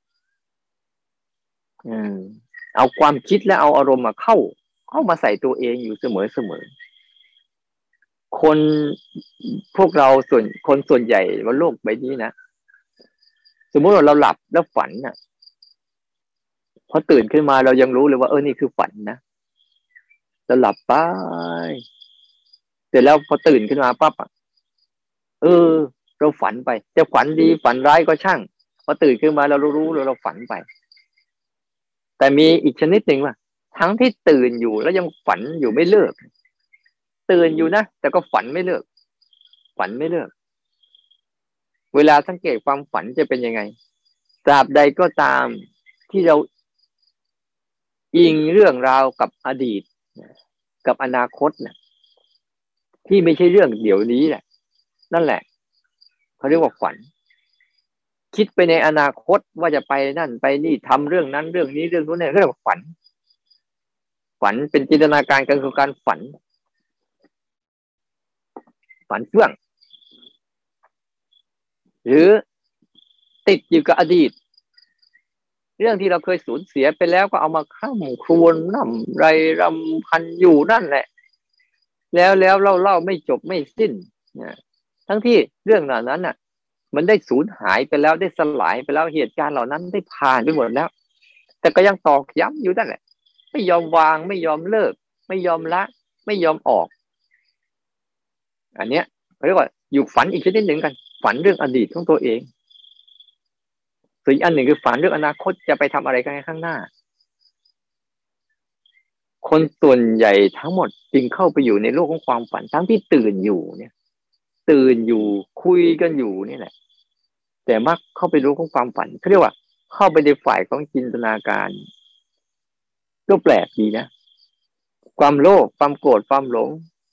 S1: อืมเอาความคิดและเอาอารมณ์มาเข้าเข้ามาใส่ตัวเองอยู่เสมอเสมอคนพวกเราส่วนคนส่วนใหญ่บนโลกใบนี้นะสมมติว่าเราหลับแล้วฝันน่ะพอตื่นขึ้นมาเรายังรู้เลยว่าเออนี่คือฝันนะเราหลับไปเสร็จแล้วพอตื่นขึ้นมาปั๊บเออเราฝันไปจะฝันดีฝันร้ายก็ช่างพอตื่นขึ้นมาเรารู้เราเราฝันไปแต่มีอีกชนิดหนึ่งว่าทั้งที่ตื่นอยู่แล้วยังฝันอยู่ไม่เลิกตื่นอยู่นะแต่ก็ฝันไม่เลิกฝันไม่เลิกเวลาสังเกตความฝันจะเป็นยังไงตราบใดก็ตามที่เราอิงเรื่องราวกับอดีตกับอนาคตนะที่ไม่ใช่เรื่องเดี๋ยวนี้แหละนั่นแหละเขาเรียกว่าฝันคิดไปในอนาคตว่าจะไปนั่นไปนี่ทำเรื่องนั้นเรื่องนี้เรื่องนู้นเนี่ยเรียกว่าฝันฝันเป็นจินตนาการกันคือการฝันฝันเฟื่องหรือติดอยู่กับอดีตเรื่องที่เราเคยสูญเสียไปแล้วก็เอามาข้ามครวญนำไรรำพันอยู่นั่นแหละแล้วแล้วเล่าเล่าไม่จบไม่สิ้นนะทั้งที่เรื่องเหล่านั้นน่ะมันได้สูญหายไปแล้วได้สลายไปแล้วเหตุการณ์เหล่านั้นได้ผ่านไปหมดแล้วแต่ก็ยังตอกย้ำอยู่นั่นแหละไม่ยอมวางไม่ยอมเลิกไม่ยอมละไม่ยอมออกอันเนี้ยเรียกว่าอยู่ฝันอีกชนิดหนึ่งกันฝันเรื่องอดีตของตัวเองส่วนอีกอันหนึ่งคือฝันเรื่องอนาคตจะไปทำอะไรกันข้างหน้าคนส่วนใหญ่ทั้งหมดจึงเข้าไปอยู่ในโลกของความฝันทั้งที่ตื่นอยู่เนี่ยตื่นอยู่คุยกันอยู่นี่แหละแต่มักเข้าไปรู้ของความฝันเขาเรียกว่าเข้าไปในฝ่ายของจินตนาการก็แปลกดีนะความโลภความโกรธความหลง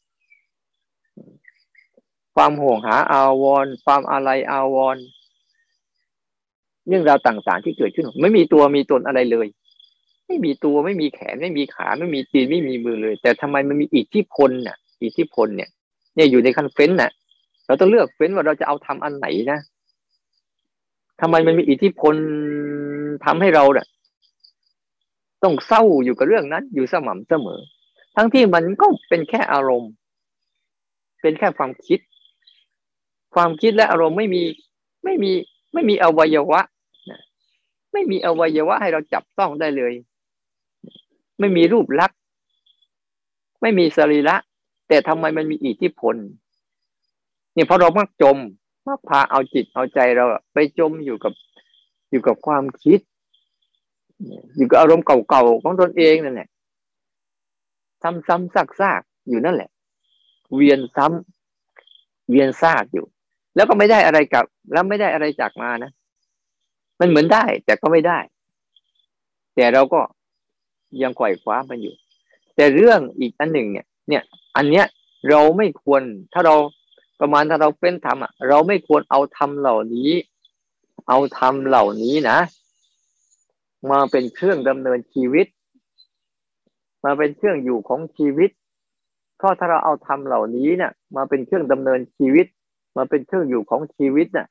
S1: ความห่วงหาอาวรณ์ความอะไรอาวรณ์เรื่องราวต่างๆที่เกิดขึ้นไม่มีตัวมีตนอะไรเลยไม่มีตัวไม่มีแขนไม่มีขาไม่มีตีนไม่มีมือเลยแต่ทำไมมันมีอิทธิพลน่ะอิทธิพลเนี่ยเนี่ยอยู่ในขั้นเฟ้นน่ะเราต้องเลือกเฟ้นว่าเราจะเอาทำอันไหนนะทำไมมันมีอิทธิพลทำให้เราเนี่ยต้องเศร้าอยู่กับเรื่องนั้นอยู่สม่ำเสมอทั้งที่มันก็เป็นแค่อารมณ์เป็นแค่ความคิดความคิดและอารมณ์ไม่มีไม่มีไม่มีอวัยวะไม่มีอวัยวะให้เราจับต้องได้เลยไม่มีรูปลักษณ์ไม่มีสรีระแต่ทำไมมันมีอิทธิพลเนี่ยเพราะเรามักจมมักพาเอาจิตเอาใจเราไปจมอยู่กับอยู่กับความคิดอยู่กับอารมณ์เก่าๆของตนเองนั่นแหละซ้ำๆซากๆอยู่นั่นแหละเวียนซ้ำเวียนซากอยู่แล้วก็ไม่ได้อะไรกลับแล้วไม่ได้อะไรจากมานะมันเหมือนได้แต่ก็ไม่ได้แต่เราก็ยังไขว่คว้ามันอยู่แต่เรื่องอีกอันหนึ่งเนี่ยเนี่ยอันเนี้ยเราไม่ควรถ้าเราประมาณถ้าเราเป็นธรรมอ่ะเราไม่ควรเอาธรรมเหล่านี้เอาธรรมเหล่านี้นะมาเป็นเครื่องดำเนินชีวิตมาเป็นเครื่องอยู่ของชีวิตเพราะถ้าเราเอาธรรมเหล่านี้เนี่ยมาเป็นเครื่องดำเนินชีวิตมาเป็นเครื่องอยู่ของชีวิตน่ะ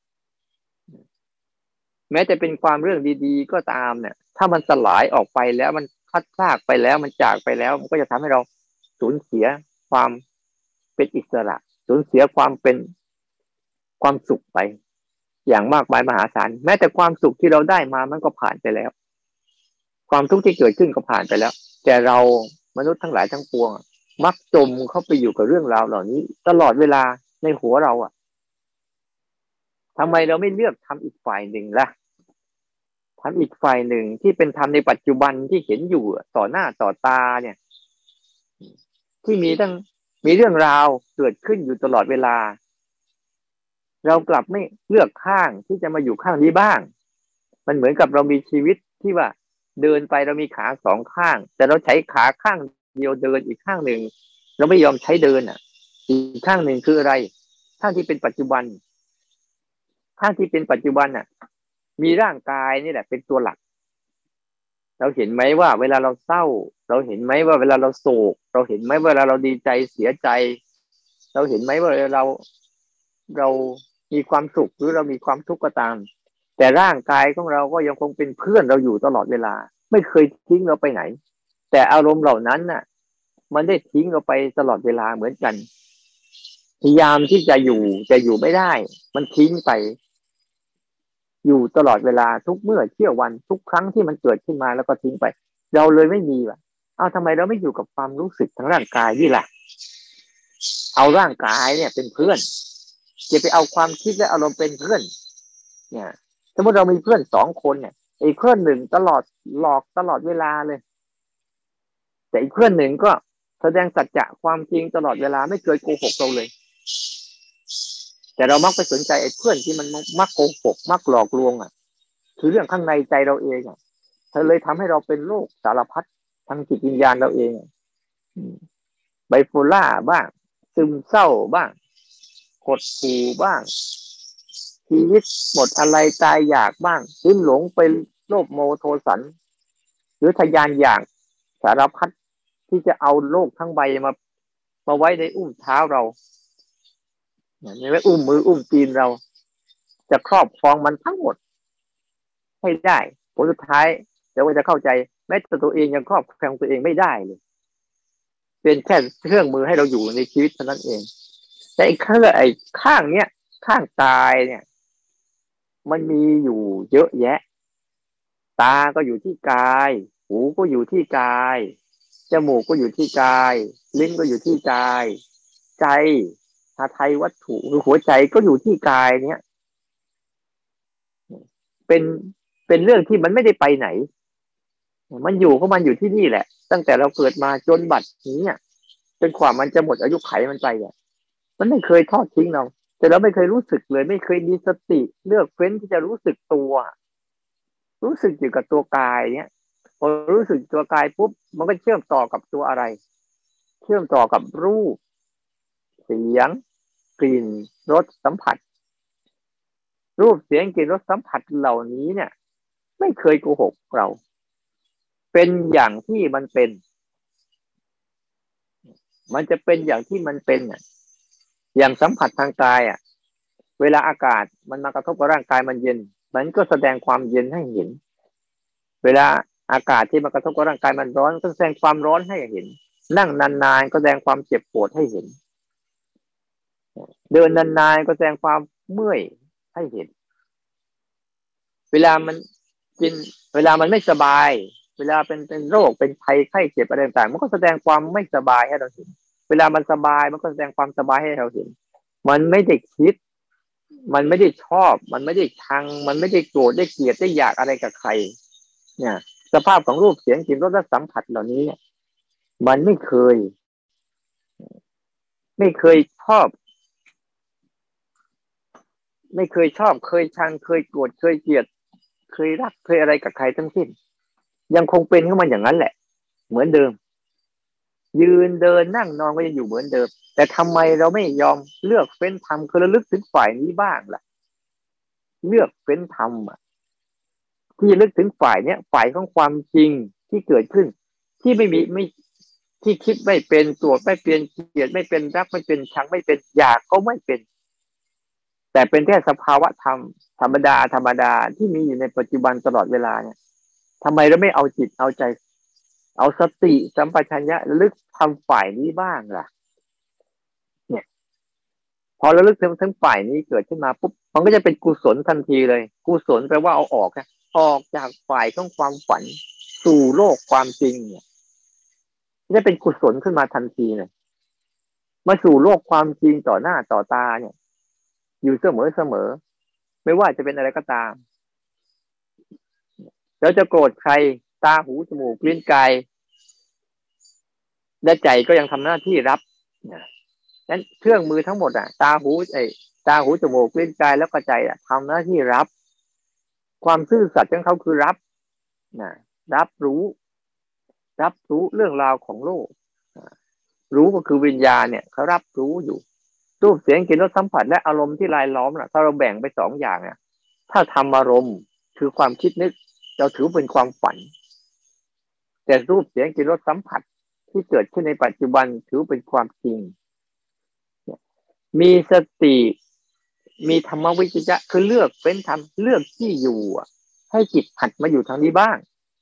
S1: แม้จะเป็นความเรื่องดีๆก็ตามเนี่ยถ้ามันสลายออกไปแล้วมันพัดพรากไปแล้วมันจากไปแล้วมันก็จะทำให้เราสูญเสียความเป็นอิสระสูญเสียความเป็นความสุขไปอย่างมากมายมหาศาลแม้แต่ความสุขที่เราได้มามันก็ผ่านไปแล้วความทุกข์ที่เกิดขึ้นก็ผ่านไปแล้วแต่เรามนุษย์ทั้งหลายทั้งปวงมักจมเข้าไปอยู่กับเรื่องราวเหล่านี้ตลอดเวลาในหัวเราอ่ะทำไมเราไม่เลือกทำอีกฝ่ายหนึ่งล่ะทำอีกฝ่ายหนึ่งที่เป็นธรรมในปัจจุบันที่เห็นอยู่ต่อหน้าต่อตาเนี่ยที่มีทั้งมีเรื่องราวเกิดขึ้นอยู่ตลอดเวลาเรากลับไม่เลือกข้างที่จะมาอยู่ข้างนี้บ้างมันเหมือนกับเรามีชีวิตที่ว่าเดินไปเรามีขาสองข้างแต่เราใช้ขาข้างเดียวเดินอีกข้างหนึ่งเราไม่ยอมใช้เดินอ่ะอีกข้างหนึ่งคืออะไรข้างที่เป็นปัจจุบันข้างที่เป็นปัจจุบันอ่ะมีร่างกายนี่แหละเป็นตัวหลักเราเห็นไหมว่าเวลาเราเศร้าเราเห็นไหมว่าเวลาเราโศกเราเห็นไหมว่าเวลาเราดีใจเสียใจเราเห็นไหมว่าเราเรามีความสุขหรือเรามีความทุกข์ก็ตามแต่ร่างกายของเราก็ยังคงเป็นเพื่อนเราอยู่ตลอดเวลาไม่เคยทิ้งเราไปไหนแต่อารมณ์เหล่านั้นน่ะมันได้ทิ้งเราไปตลอดเวลาเหมือนกันพยายามที่จะอยู่จะอยู่ไม่ได้มันทิ้งไปอยู่ตลอดเวลาทุกเมื่อเที่ยววันทุกครั้งที่มันเกิดขึ้นมาแล้วก็ทิ้งไปเราเลยไม่มีว่ะเอาทำไมเราไม่อยู่กับความรู้สึกทางร่างกายนี่ล่ะเอาร่างกายเนี่ยเป็นเพื่อนจะไปเอาความคิดและอารมณ์เป็นเพื่อนเนี่ยสมมติเรามีเพื่อนสองคนเนี่ยอีกเพื่อนหนึ่งตลอดหลอกตลอดเวลาเลยแต่อีกเพื่อนหนึ่งก็แสดงสัจจะความจริงตลอดเวลาไม่เคยโกหกเราเลยแต่เรามักไปสนใจไอ้เพื่อนที่มันมักโกหกมักหลอกลวงอ่ะคือเรื่องข้างในใจเราเองอ่ะเธอเลยทำให้เราเป็นโรคสารพัดทางจิตวิญญาณเราเองไบโพล่าบ้างซึมเศร้าบ้างหดหู่บ้างชีวิตหมดอะไรตายอยากบ้างลิ้นหลงไปโลภโมโทสันหรือทยานอยากสารพัดที่จะเอาโลกทั้งใบมามาไว้ในอุ้มเท้าเราไม่ไว้อุ้มมืออุ้มตีนเราจะครอบครองมันทั้งหมดให้ได้ผลสุดท้ายเดี๋ยวจะเข้าใจแม้แต่ตัวเองยังครอบครองตัวเองไม่ได้เลยเป็นแค่เครื่องมือให้เราอยู่ในชีวิตเท่านั้นเองแต่อีกข้างไอ้ข้างเนี้ยข้างตายเนี่ยมันมีอยู่เยอะแยะตาก็อยู่ที่กายหูก็อยู่ที่กายจมูกก็อยู่ที่กายลิ้นก็อยู่ที่กายใจหาไทยวัตถุหรือหัวใจก็อยู่ที่กายเนี้ยเป็นเป็นเรื่องที่มันไม่ได้ไปไหนมันอยู่ก็มันอยู่ที่นี่แหละตั้งแต่เราเกิดมาจนบัดนี้เนี่ยจนกว่ามันจะหมดอายุไขมันไปเนี่ยมันไม่เคยทอดทิ้งเราแต่เราไม่เคยรู้สึกเลยไม่เคยมีสติเลือกเฟ้นที่จะรู้สึกตัวรู้สึกอยู่กับตัวกายเนี่ยพอรู้สึกตัวกายปุ๊บมันก็เชื่อมต่อกับตัวอะไรเชื่อมต่อกับรูปเสียงกลิ่นรสสัมผัสรูปเสียงกลิ่นรสสัมผัสเหล่านี้เนี่ยไม่เคยโกหกเราเป็นอย่างที่มันเป็นมันจะเป็นอย่างที่มันเป็นอ่ะอย่างสัมผัสทางกายอ่ะเวลาอากาศมันมากระทบกับร่างกายมันเย็นมันก็แสดงความเย็นให้เห็นเวลาอากาศที่มากระทบกับร่างกายมันร้อนก็แสดงความร้อนให้เห็นนั่งนานๆก็แสดงความเจ็บปวดให้เห็นเดินนานๆก็แสดงความเมื่อยให้เห็นเวลามันกินเวลามันไม่สบายเวลาเป็นเป็นโรคเป็นภัยไข้เจ็บอะไรต่างๆมันก็แสดงความไม่สบายให้เราเห็นเวลามันสบายมันก็แสดงความสบายให้เราเห็นมันไม่ได้คิดมันไม่ได้ชอบมันไม่ได้ชังมันไม่ได้โกรธได้เกลียดได้อยากอะไรกับใครเนี่ยสภาพของรูปเสียงกลิ่นรสและสัมผัสเหล่านี้เนี่ยมันไม่เคยไม่เคยชอบไม่เคยชอบเคยชังเคยโกรธเคยเกลียดเคยรักเคยอะไรกับใครทั้งสิ้นยังคงเป็นของมันอย่างนั้นแหละเหมือนเดิมยืนเดินนั่งนอนก็ยังอยู่เหมือนเดิมแต่ทำไมเราไม่ยอมเลือกเฟ้นทำคือระลึกถึงฝ่ายนี้บ้างล่ะเลือกเฟ้นทำอ่ะที่จะลึกถึงฝ่ายเนี้ยฝ่ายของความจริงที่เกิดขึ้นที่ไม่มีไม่ที่คิดไม่เป็นตรวจไม่เป็นเกลียดไม่เป็นรักไม่เป็นชังไม่เป็นอยากก็ไม่เป็นแต่เป็นแค่สภาวะธรรมธรรมดาธรรมดาที่มีอยู่ในปัจจุบันตลอดเวลาเนี่ยทำไมเราไม่เอาจิตเอาใจเอาสติสัมปชัญญะระลึกทำฝ่ายนี้บ้างล่ะเนี่ยพอระลึกถึงทั้งฝ่ายนี้เกิดขึ้นมาปุ๊บมันก็จะเป็นกุศลทันทีเลยกุศลแปลว่าเอาออกนะออกจากฝ่ายของความฝันสู่โลกความจริงเนี่ยจะเป็นกุศลขึ้นมาทันทีเลยมาสู่โลกความจริงต่อหน้าต่อตาเนี่ยอยู่เสมอเสมอไม่ว่าจะเป็นอะไรก็ตามแล้วจะโกรธใครตาหูจมูกลิ้นกายและใจก็ยังทำหน้าที่รับนั้นเครื่องมือทั้งหมดอ่ะตาหูไอ้ตาหูจมูกลิ้นกายแล้วก็ใจอ่ะทำหน้าที่รับความซื่อสัตย์ของเขาคือรับนะรับรู้รับรู้เรื่องราวของโลกรู้ก็คือวิญญาณเนี่ยเขารับรู้อยู่รูปเสียงกลิ่นรสสัมผัสและอารมณ์ที่รายล้อมน่ะถ้าเราแบ่งไปสองอย่างเนี่ยถ้าทำอารมณ์คือความคิดนึกเราถือเป็นความฝันแต่รูปเสียงกลิ่นรสสัมผัสที่เกิดขึ้นในปัจจุบันถือเป็นความจริงมีสติมีธรรมวิจจะคือเลือกเป็นธรรมเลือกที่อยู่ให้จิตหัดมาอยู่ทางนี้บ้าง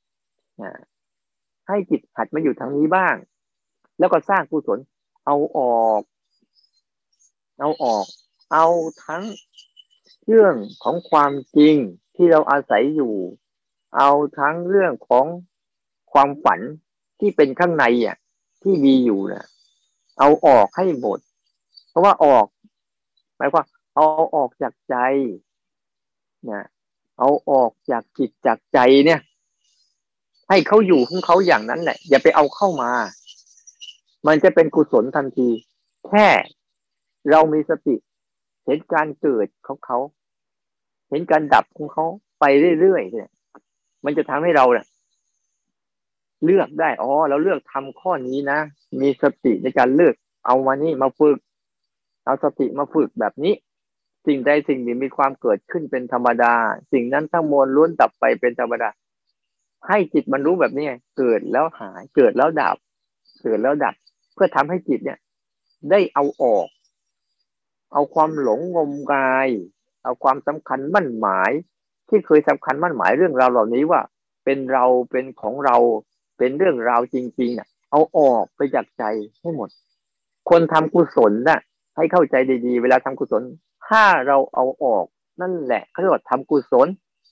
S1: ให้จิตหัดมาอยู่ทางนี้บ้างแล้วก็สร้างกุศลเอาออกเอาออกเอาทั้งเรื่องของความจริงที่เราอาศัยอยู่เอาทั้งเรื่องของความฝันที่เป็นข้างในอ่ะที่มีอยู่นะเอาออกให้หมดเพราะว่าออกหมายความเอาออกจากใจนะเอาออกจากจิตจากใจเนี่ยให้เขาอยู่ของเขาอย่างนั้นแหละอย่าไปเอาเข้ามามันจะเป็นกุศลทันทีแค่เรามีสติเห็นการเกิดของเขาเห็นการดับของเขาไปเรื่อยๆเนี่ยมันจะทำให้เราเนี่ยเลือกได้อ๋อเราเลือกทำข้อนี้นะมีสติในการเลือกเอามานี่มาฝึกเอาสติมาฝึกแบบนี้สิ่งใดสิ่งหนึ่งมีความเกิดขึ้นเป็นธรรมดาสิ่งนั้นทั้งมวลล้วนดับไปเป็นธรรมดาให้จิตมันรู้แบบนี้เกิดแล้วหายเกิดแล้วดับเกิดแล้วดับเพื่อทำให้จิตเนี่ยได้เอาออกเอาความหลงงมงายเอาความสำคัญมั่นหมายที่เคยสำคัญมั่นหมายเรื่องราวเหล่านี้ว่าเป็นเราเป็นของเราเป็นเรื่องราวจริงๆอ่ะเอาออกไปจากใจให้หมดคนทำกุศลน่ะให้เข้าใจดีๆเวลาทำกุศลถ้าเราเอาออกนั่นแหละเขาเรียกว่าทำกุศล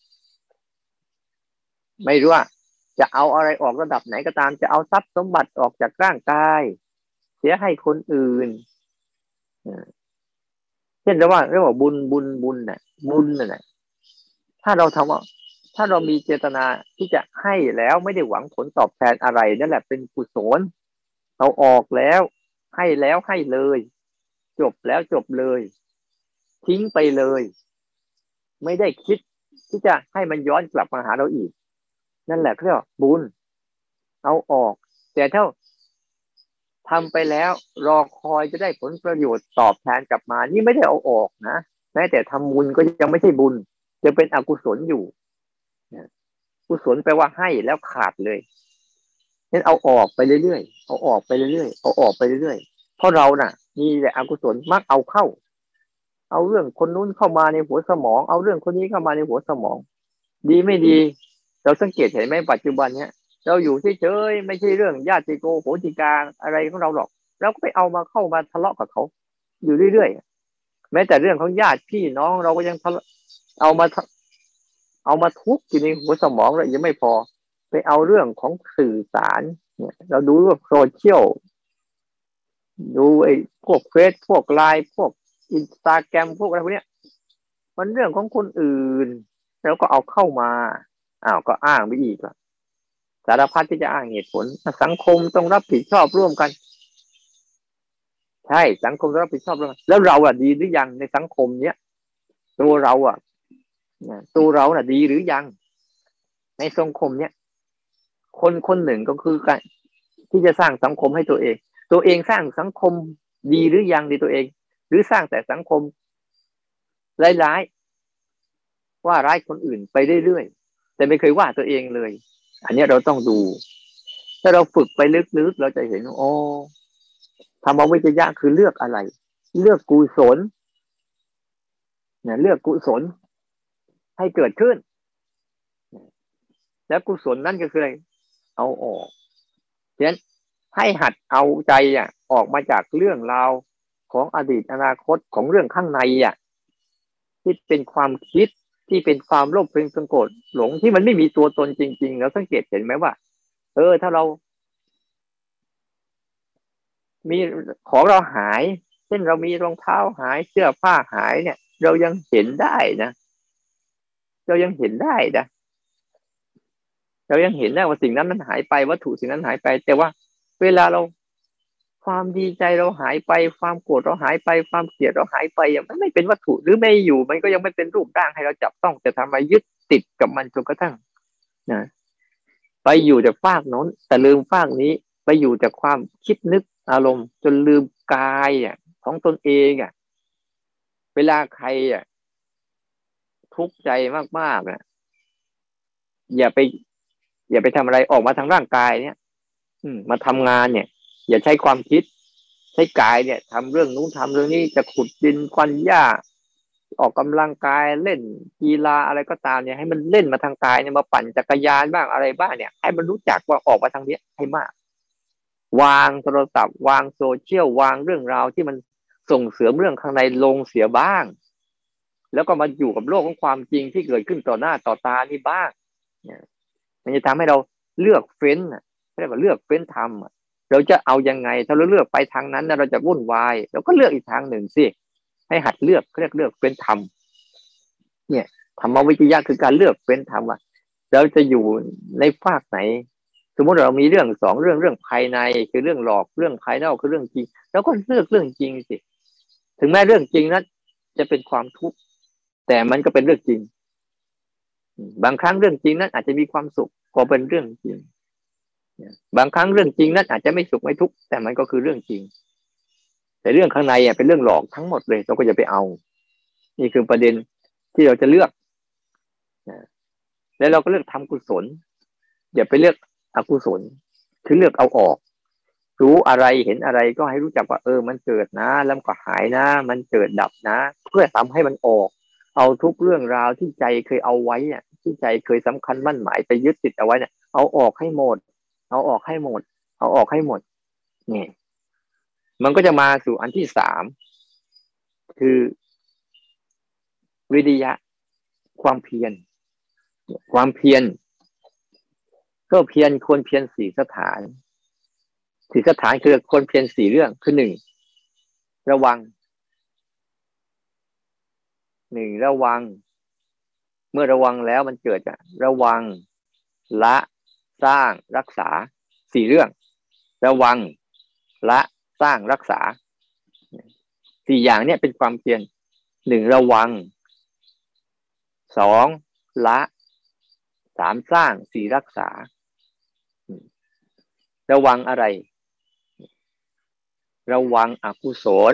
S1: ไม่รู้ว่าจะเอาอะไรออกระดับไหนก็ตามจะเอาทรัพย์สมบัติออกจากร่างกายเสียให้คนอื่นเช่นเรียกว่าเรียกว่าบุญบุญบุญน่ะบุญน่ะถ้าเราทำว่าถ้าเรามีเจตนาที่จะให้แล้วไม่ได้หวังผลตอบแทนอะไรนั่นแหละเป็นกุศลเอาออกแล้วให้แล้วให้เลยจบแล้วจบเลยทิ้งไปเลยไม่ได้คิดที่จะให้มันย้อนกลับมาหาเราอีกนั่นแหละเรียกว่าบุญเอาออกแต่ถ้าทำไปแล้วรอคอยจะได้ผลประโยชน์ตอบแทนกลับมานี่ไม่ได้เอาออกนะแม้แต่ทำบุญก็ยังไม่ใช่บุญจะเป็นอกุศลอยู่กุศลแปลว่าให้แล้วขาดเลยงั้นเอาออกไปเรื่อยๆเอาออกไปเรื่อยๆเอาออกไปเรื่อยๆเพราะเราน่ะมีแต่อกุศลมักเอาเข้าเอาเรื่องคนนู้นเข้ามาในหัวสมองเอาเรื่องคนนี้เข้ามาในหัวสมองดีไม่ดีเราสังเกตเห็นไหมปัจจุบันเนี้ยเราอยู่เฉยๆไม่ใช่เรื่องญาติโกโหติกาอะไรของเราหรอกเราก็ไปเอามาเข้ามาทะเลาะกับเขาอยู่เรื่อยๆแม้แต่เรื่องของญาติพี่น้องเราก็ยังทะเลาะเอามาเอามาทุกข์อยู่ในหัวสมองเลยยังไม่พอไปเอาเรื่องของสื่อสารเนี่ยเราดูว่าโซเชียลดูไอ้พวกเฟซพวกไลน์พวกอินสตาแกรมพวกอะไรพวกเนี้ยมันเรื่องของคนอื่นแล้วก็เอาเข้ามาอ้าวก็อ้างไปอีกละสารพัดที่จะอ้างเหตุผลสังคมต้องรับผิดชอบร่วมกันใช่สังคมต้องรับผิดชอบร่วมกันแล้วเราอ่ะดีหรือยังในสังคมเนี้ยตัวเราอ่ะตัวเราน่ะดีหรือยังในสังคมเนี้ยคนคนหนึ่งก็คือการที่จะสร้างสังคมให้ตัวเองตัวเองสร้างสังคมดีหรือยังในตัวเองหรือสร้างแต่สังคมร้ายๆว่าร้ายคนอื่นไปเรื่อยๆแต่ไม่เคยว่าตัวเองเลยอันนี้เราต้องดูถ้าเราฝึกไปลึกๆเราจะเห็นโอ้ธรรมวิจยะคือเลือกอะไรเลือกกุศลเนี่ยเลือกกุศลให้เกิดขึ้นแล้วกุศลนั่นก็คืออะไรเอาออกฉะนั้นให้หัดเอาใจอ่ะออกมาจากเรื่องราวของอดีตอนาคตของเรื่องข้างในอ่ะที่เป็นความคิดที่เป็นความโลภเป็นสังโกรธหลงที่มันไม่มีตัวตนจริงๆแล้วสังเกตเห็นไหมว่าเออถ้าเรามีของเราหายเช่นเรามีรองเท้าหายเสื้อผ้าหายเนี่ยเรายังเห็นได้นะเรายังเห็นได้นะเรายังเห็นได้ว่าสิ่งนั้นมันหายไปวัตถุสิ่งนั้นหายไปแต่ว่าเวลาเราความดีใจเราหายไปความโกรธเราหายไปความเกลียดเราหายไปมันไม่เป็นวัตถุหรือไม่อยู่มันก็ยังไม่เป็นรูปร่างให้เราจับต้องแต่ทำไมยึดติดกับมันจนกระทั่งนะไปอยู่จากฟากโน้นแต่ลืมฟากนี้ไปอยู่จากความคิดนึกอารมณ์จนลืมกายอ่ะของตนเองอ่ะเวลาใครอ่ะทุกข์ใจมากๆอ่ะอย่าไปอย่าไปทำอะไรออกมาทางร่างกายเนี่ยอืมมาทำงานเนี่ยอย่าใช้ความคิดใช้กายเนี่ยทำเรื่องนู้นทำเรื่องนี้จะขุดดินควันหญ้าออกกำลังกายเล่นกีฬาอะไรก็ตามเนี่ยให้มันเล่นมาทางกายเนี่ยมาปั่นจักรยานบ้างอะไรบ้างเนี่ยให้มันรู้จักว่าออกมาทางนี้ให้มากวางโทรศัพท์วางโซเชียลวางเรื่องราวที่มันส่งเสริมเรื่องข้างในลงเสียบ้างแล้วก็มาอยู่กับโลกของความจริงที่เกิดขึ้นต่อหน้าต่อตานี่บ้างเนี่ยมันจะทำให้เราเลือกเฟ้นอ่ะเรียกว่าเลือกเฟ้นทำเราจะเอายังไงถ้าเราเลือกไปทางนั้นนะเราจะวุ่นวายเราก็เลือกอีกทางหนึ่งสิให้หัดเลือกเรียกเลือกเฟ้นทำเนี่ยธรรมวิจยะคือการเลือกเฟ้นทำว่าเราจะอยู่ในฝากไหนสมมติเรามีเรื่องสองเรื่องเรื่องภายในคือเรื่องหลอกเรื่องภายนอกคือเรื่องจริงแล้วก็เลือกเรื่องจริงสิถึงแม้เรื่องจริงนั้นจะเป็นความทุกข์แต่มันก็เป็นเรื่องจริงบางครั้งเรื่องจริงนั้นอาจจะมีความสุขก็เป็นเรื่องจริงบางครั้งเรื่องจริงนั้นอาจจะไม่สุขไม่ทุกข์แต่มันก็คือเรื่องจริงแต่เรื่องข้างในอ่ะเป็นเรื่องหลอกทั้งหมดเลยเราก็จะไปเอานี่คือประเด็นที่เราจะเลือกแล้วเราก็เลือกทำกุศลอย่าไปเลือกอกุศลคือเลือกเอาออกรู้อะไรเห็นอะไรก็ให้รู้จักว่าเออมันเกิดนะแล้วก็หายนะมันเกิดดับนะเพื่อทำให้มันออกเอาทุกเรื่องราวที่ใจเคยเอาไว้เนี่ยที่ใจเคยสำคัญมั่นหมายไปยึดติดเอาไว้เนี่ยเอาออกให้หมดเอาออกให้หมดเอาออกให้หมดนี่มันก็จะมาสู่อันที่สามคือวิริยะความเพียรความเพียรก็เพียรควรเพียรสี่สถานสี่สถานคือควรเพียรสี่เรื่องคือหนึ่งระวังหนึ่งระวังเมื่อระวังแล้วมันเกิดจากระวังละสร้างรักษาสี่เรื่องระวังละสร้างรักษาสี่อย่างเนี้ยเป็นความเพียรหนึ่งระวังสองละสามสร้างสี่รักษาระวังอะไรระวังอกุศล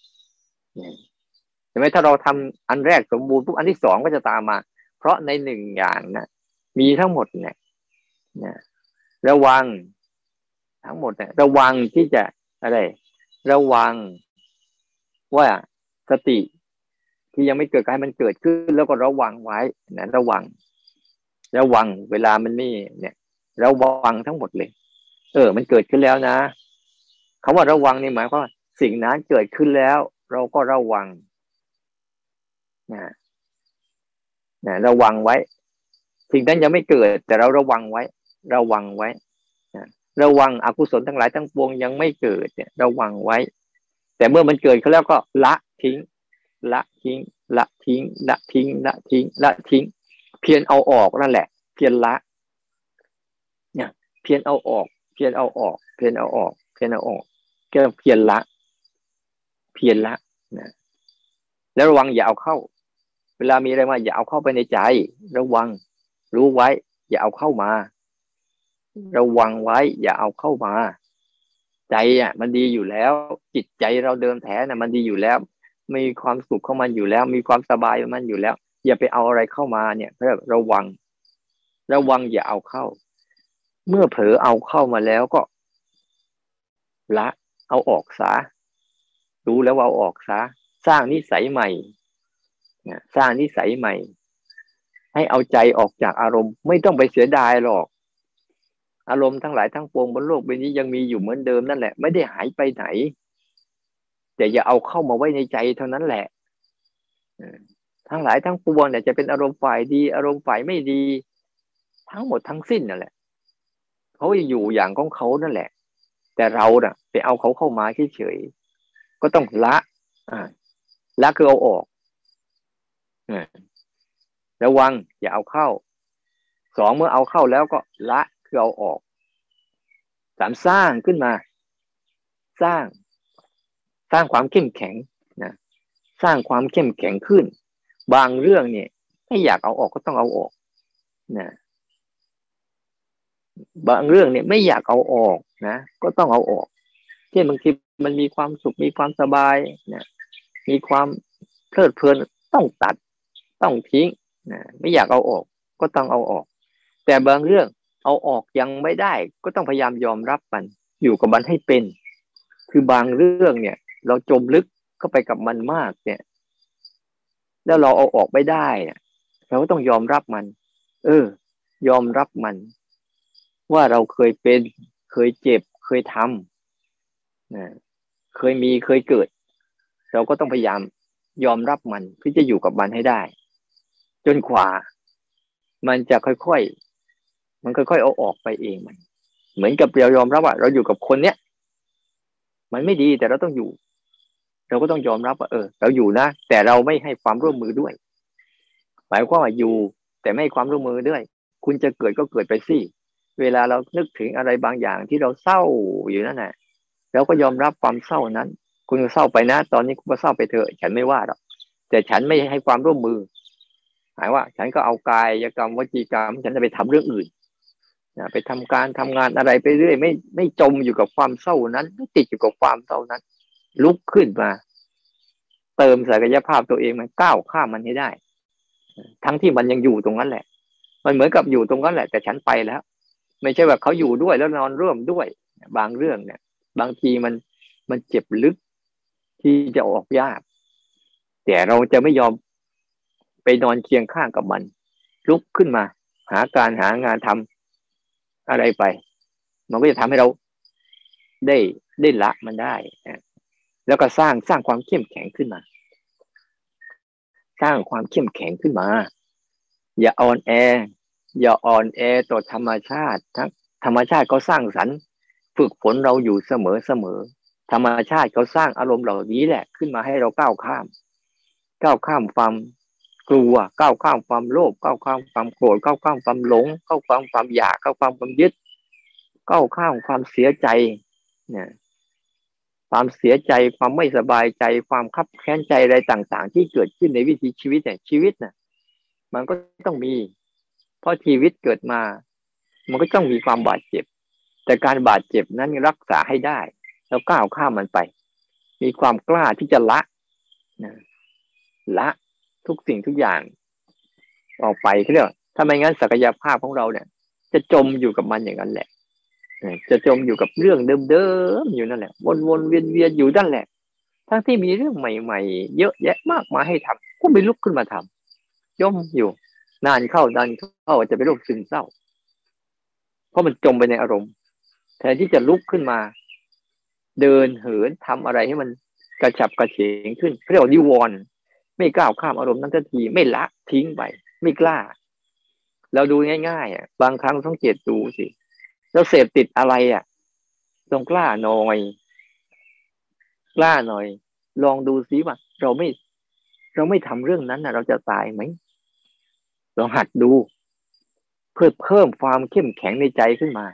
S1: ใช่ไหมถ้าเราทำอันแรกสมบูรณ์ปุ๊บอันที่สองก็จะตามมาเพราะในหนึ่งอย่างนะมีทั้งหมดเนี่ยนะระวังทั้งหมดเนี่ยระวังที่จะอะไรระวังว่าสติที่ยังไม่เกิดให้มันเกิดขึ้นแล้วก็ระวังไว้นะระวังระวังเวลามันนี่เนี่ยระวังทั้งหมดเลยเออมันเกิดขึ้นแล้วนะคำว่าระวังนี่หมายความว่าสิ่งนั้นเกิดขึ้นแล้วเราก็ระวังนะนะระวังไว้สิ่งนั้นยังไม่เกิดแต่เราระวังไว้ระวังไว้นะระวังอกุศลทั้งหลายทั้งปวงยังไม่เกิดเนี่ยระวังไว้แต่เมื่อมันเกิดขึ้นแล้วก็ละทิ้งละทิ้งละทิ้งละทิ้งละทิ้งละทิ้งเพียรเอาออกนั่นแหละเพียรละเนี่ยเพียรเอาออกเพียรเอาออกเพียรเอาออกเพียรเอาออกก็เพียรละเพียรละนะแล้วระวังอย่าเอาเข้าเวลามีอะไรมาอย่าเอาเข้าไปในใจระวังรู้ไว้อย่าเอาเข้ามาระวังไว้อย่าเอาเข้ามาใจอ่ะมันดีอยู่แล้วจิตใจเราเดิมแท้น่ะมันดีอยู่แล้วมีความสุขของมันอยู่แล้วมีความสบายของมันอยู่แล้วอย่าไปเอาอะไรเข้ามาเนี่ยเพื่อระวังระวังอย่าเอาเข้าเมื่อเผลอเอาเข้ามาแล้วก็ละเอาออกซะรู้แล้วเอาออกซะสร้างนิสัยใหม่นะสร้างนิสัยใหม่ให้เอาใจออกจากอารมณ์ไม่ต้องไปเสียดายหรอกอารมณ์ทั้งหลายทั้งปวงบนโลกใบนี้ยังมีอยู่เหมือนเดิมนั่นแหละไม่ได้หายไปไหนแต่อย่าเอาเข้ามาไว้ในใจเท่านั้นแหละทั้งหลายทั้งปวงเนี่ยจะเป็นอารมณ์ฝ่ายดีอารมณ์ฝ่ายไม่ดีทั้งหมดทั้งสิ้นนั่นแหละเขาอยู่อย่างของเขานั่นแหละแต่เราน่ะไปเอาเขาเข้ามาเฉยๆก็ต้องละอ่าละคือเอาออกระวังอย่าเอาเข้าสองเมื่อเอาเข้าแล้วก็ละคือเอาออกสามสร้างขึ้นมาสร้างสร้างความเข้มแข็งนะสร้างความเข้มแข็งขึ้นบางเรื่องเนี่ยถ้าอยากเอาออกก็ต้องเอาออกนะบางเรื่องเนี่ยไม่อยากเอาออกนะก็ต้องเอาออกเช่นบางทีมันมีความสุขมีความสบายนะมีความเพลิดเพลินต้องตัดต้องทิ้งนะไม่อยากเอาออกก็ต้องเอาออกแต่บางเรื่องเอาออกยังไม่ได้ก็ต้องพยายามยอมรับมันอยู่กับมันให้เป็นคือบางเรื่องเนี่ยเราจมลึกเข้าไปกับมันมากเนี่ยแล้วเราเอาออกไม่ได้เราก็ต้องยอมรับมันเออยอมรับมันว่าเราเคยเป็นเคยเจ็บเคยทำนะเคยมีเคยเกิดเราก็ต้องพยายามยอมรับมันเพื่อจะอยู่กับมันให้ได้จนกว่ามันจะค่อยๆมันค่อยๆเอาออกไปเองมันเหมือนกับเรายอมรับว่าเราอยู่กับคนเนี้ยมันไม่ดีแต่เราต้องอยู่เราก็ต้องยอมรับว่าเออเราอยู่นะแต่เราไม่ให้ความร่วมมือด้วยหมายความว่าอยู่แต่ไม่ให้ความร่วมมือด้วยคุณจะเกิดก็เกิดไปสิเวลาเรานึกถึงอะไรบางอย่างที่เราเศร้าอยู่นั่นแหละเราก็ยอมรับความเศร้านั้นคุณก็เศร้าไปนะตอนนี้คุณก็เศร้าไปเถอะฉันไม่ว่าหรอกแต่ฉันไม่ให้ความร่วมมือหมายว่าฉันก็เอากายกรรมวจีกรรมฉันจะไปทำเรื่องอื่นนะไปทำการทำงานอะไรไปเรื่อยไม่ไม่จมอยู่กับความเศร้านั้นไม่ติดอยู่กับความเศร้านั้นลุกขึ้นมาเติมศักยภาพตัวเองมันก้าวข้ามมันให้ได้ทั้งที่มันยังอยู่ตรงนั้นแหละมันเหมือนกับอยู่ตรงนั้นแหละแต่ฉันไปแล้วไม่ใช่ว่าเขาอยู่ด้วยแล้วนอนร่วมด้วยบางเรื่องเนี่ยบางทีมันมันเจ็บลึกที่จะออกยากแต่เราจะไม่ยอมไปนอนเคียงข้างกับมันลุกขึ้นมาหาการหางานทำอะไรไปมันก็จะทำให้เราได้ได้ละมันได้แล้วก็สร้างสร้างความเข้มแข็งขึ้นมาสร้างความเข้มแข็งขึ้นมาอย่าอ่อนแออย่าอ่อนแอต่อธรรมชาติทั้งธรรมชาติเขาสร้างสรรค์ฝึกฝนเราอยู่เสมอเสมอธรรมชาติเขาสร้างอารมณ์เหล่านี้แหละขึ้นมาให้เราก้าวข้ามก้าวข้ามความกลัวก้าวข้ามความโลภก้าวข้ามความโกรธก้าวข้ามความหลงก้าวข้ามความอยากก้าวข้ามความยึดก้าวข้ามความเสียใจเนี่ยความเสียใจความไม่สบายใจความคับแค้นใจอะไรต่างๆที่เกิดขึ้นในวิถีชีวิตเนี่ยชีวิตน่ะมันก็ต้องมีเพราะชีวิตเกิดมามันก็ต้องมีความบาดเจ็บแต่การบาดเจ็บนั้นรักษาให้ได้แล้วก้าวข้ามมันไปมีความกล้าที่จะละนะละทุกสิ่งทุกอย่างออกไปเขาเรียกถ้าไม่งั้นศักยภาพของเราเนี่ยจะจมอยู่กับมันอย่างนั้นแหละจะจมอยู่กับเรื่องเดิมๆอยู่นั่นแหละวนๆเวียนๆอยู่นั่นแหละทั้งที่มีเรื่องใหม่ๆเยอะแยะมากมายให้ทำก็ไม่ลุกขึ้นมาทำย่อมอยู่นานเข้านานเข้าจะเป็นโรคซึมเศร้าเพราะมันจมไปในอารมณ์แทนที่จะลุกขึ้นมาเดินเหินทำอะไรให้มันกระฉับกระเฉงขึ้นเรียกว่านิวรณ์ไม่ก้าวข้ามอารมณ์นั้นทันทีไม่ละทิ้งไปไม่กล้าเราดูง่ายๆอ่ะบางครั้งสังเกตดูสิเราเสพติดอะไรอ่ะต้องกล้าหน่อยกล้าหน่อยลองดูซิว่าเราไม่เราไม่ทำเรื่องนั้นนะเราจะตายไหมเราหัดดูเพื่อเพิ่มความเข้มแข็งในใจขึ้นมา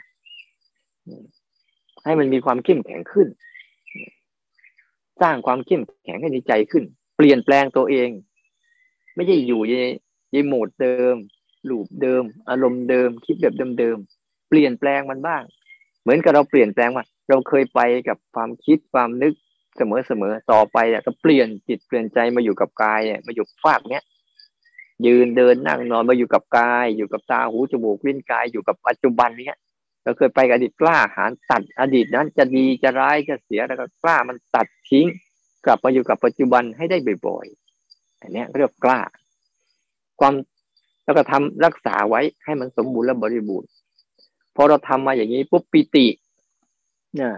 S1: ให้มันมีความเข้มแข็งขึ้นสร้างความเข้มแข็งให้ในใจขึ้นเปลี่ยนแปลงตัวเองไม่ใช่อยู่ในในโหมดเดิมลูปเดิมอารมณ์เดิมคิดแบบเดิมๆเปลี่ยนแปลงมันบ้างเหมือนกับเราเปลี่ยนแปลงว่าเราเคยไปกับความคิดความนึกเสมอๆต่อไปอ่ะก็เปลี่ยนจิตเปลี่ยนใจมาอยู่กับกายเนี่ยมาอยู่ฟากเนี้ยยืนเดินนั่งนอนมาอยู่กับกายอยู่กับตาหูจมูกลิ้นกายอยู่กับปัจจุบันเนี้ยเราเคยไปกับอดีตกล้าหาญตัดอดีตนั้นจะดีจะร้ายจะเสียแล้วก็กล้ามันตัดทิ้งกลับมาอยู่กับปัจจุบันให้ได้บ่อยๆอันนี้เรียกกล้าความแล้วก็ทำรักษาไว้ให้มันสมบูรณ์และบริบูรณ์พอเราทำมาอย่างนี้ปุ๊บปิติเนี่ย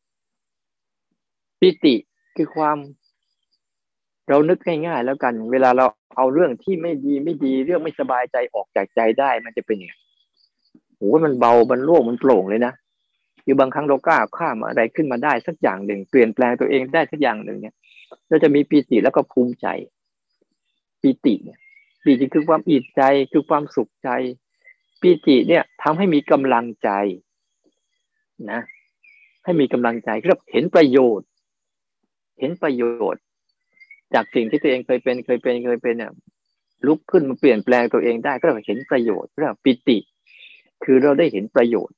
S1: ปิติคือความเรานึกง่ายๆแล้วกันเวลาเราเอาเรื่องที่ไม่ดีไม่ดีเรื่องไม่สบายใจออกจากใจได้มันจะเป็นยังไงโอ้มันเบามันโล่งมันโปร่งเลยนะอยู่บางครั้งเรากล้าข้ามอะไรขึ้นมาได้สักอย่างหนึ่งเปลี่ยนแปลงตัวเองได้สักอย่างหนึ่งเนี่ยเราจะมีปิติแล้วก็ภูมิใจปิติเนี่ยปิติคือความอิ่มใจคือความสุขใจปิติเนี่ยทำให้มีกำลังใจนะให้มีกำลังใจคือเห็นประโยชน์เห็นประโยชน์จากสิ่งที่ตัวเองเคยเป็นเคยเป็นเคยเป็นเนี่ยลุกขึ้นมาเปลี่ยนแปลงตัวเองได้ก็เห็นประโยชน์เรียกปิติคือเราได้เห็นประโยชน์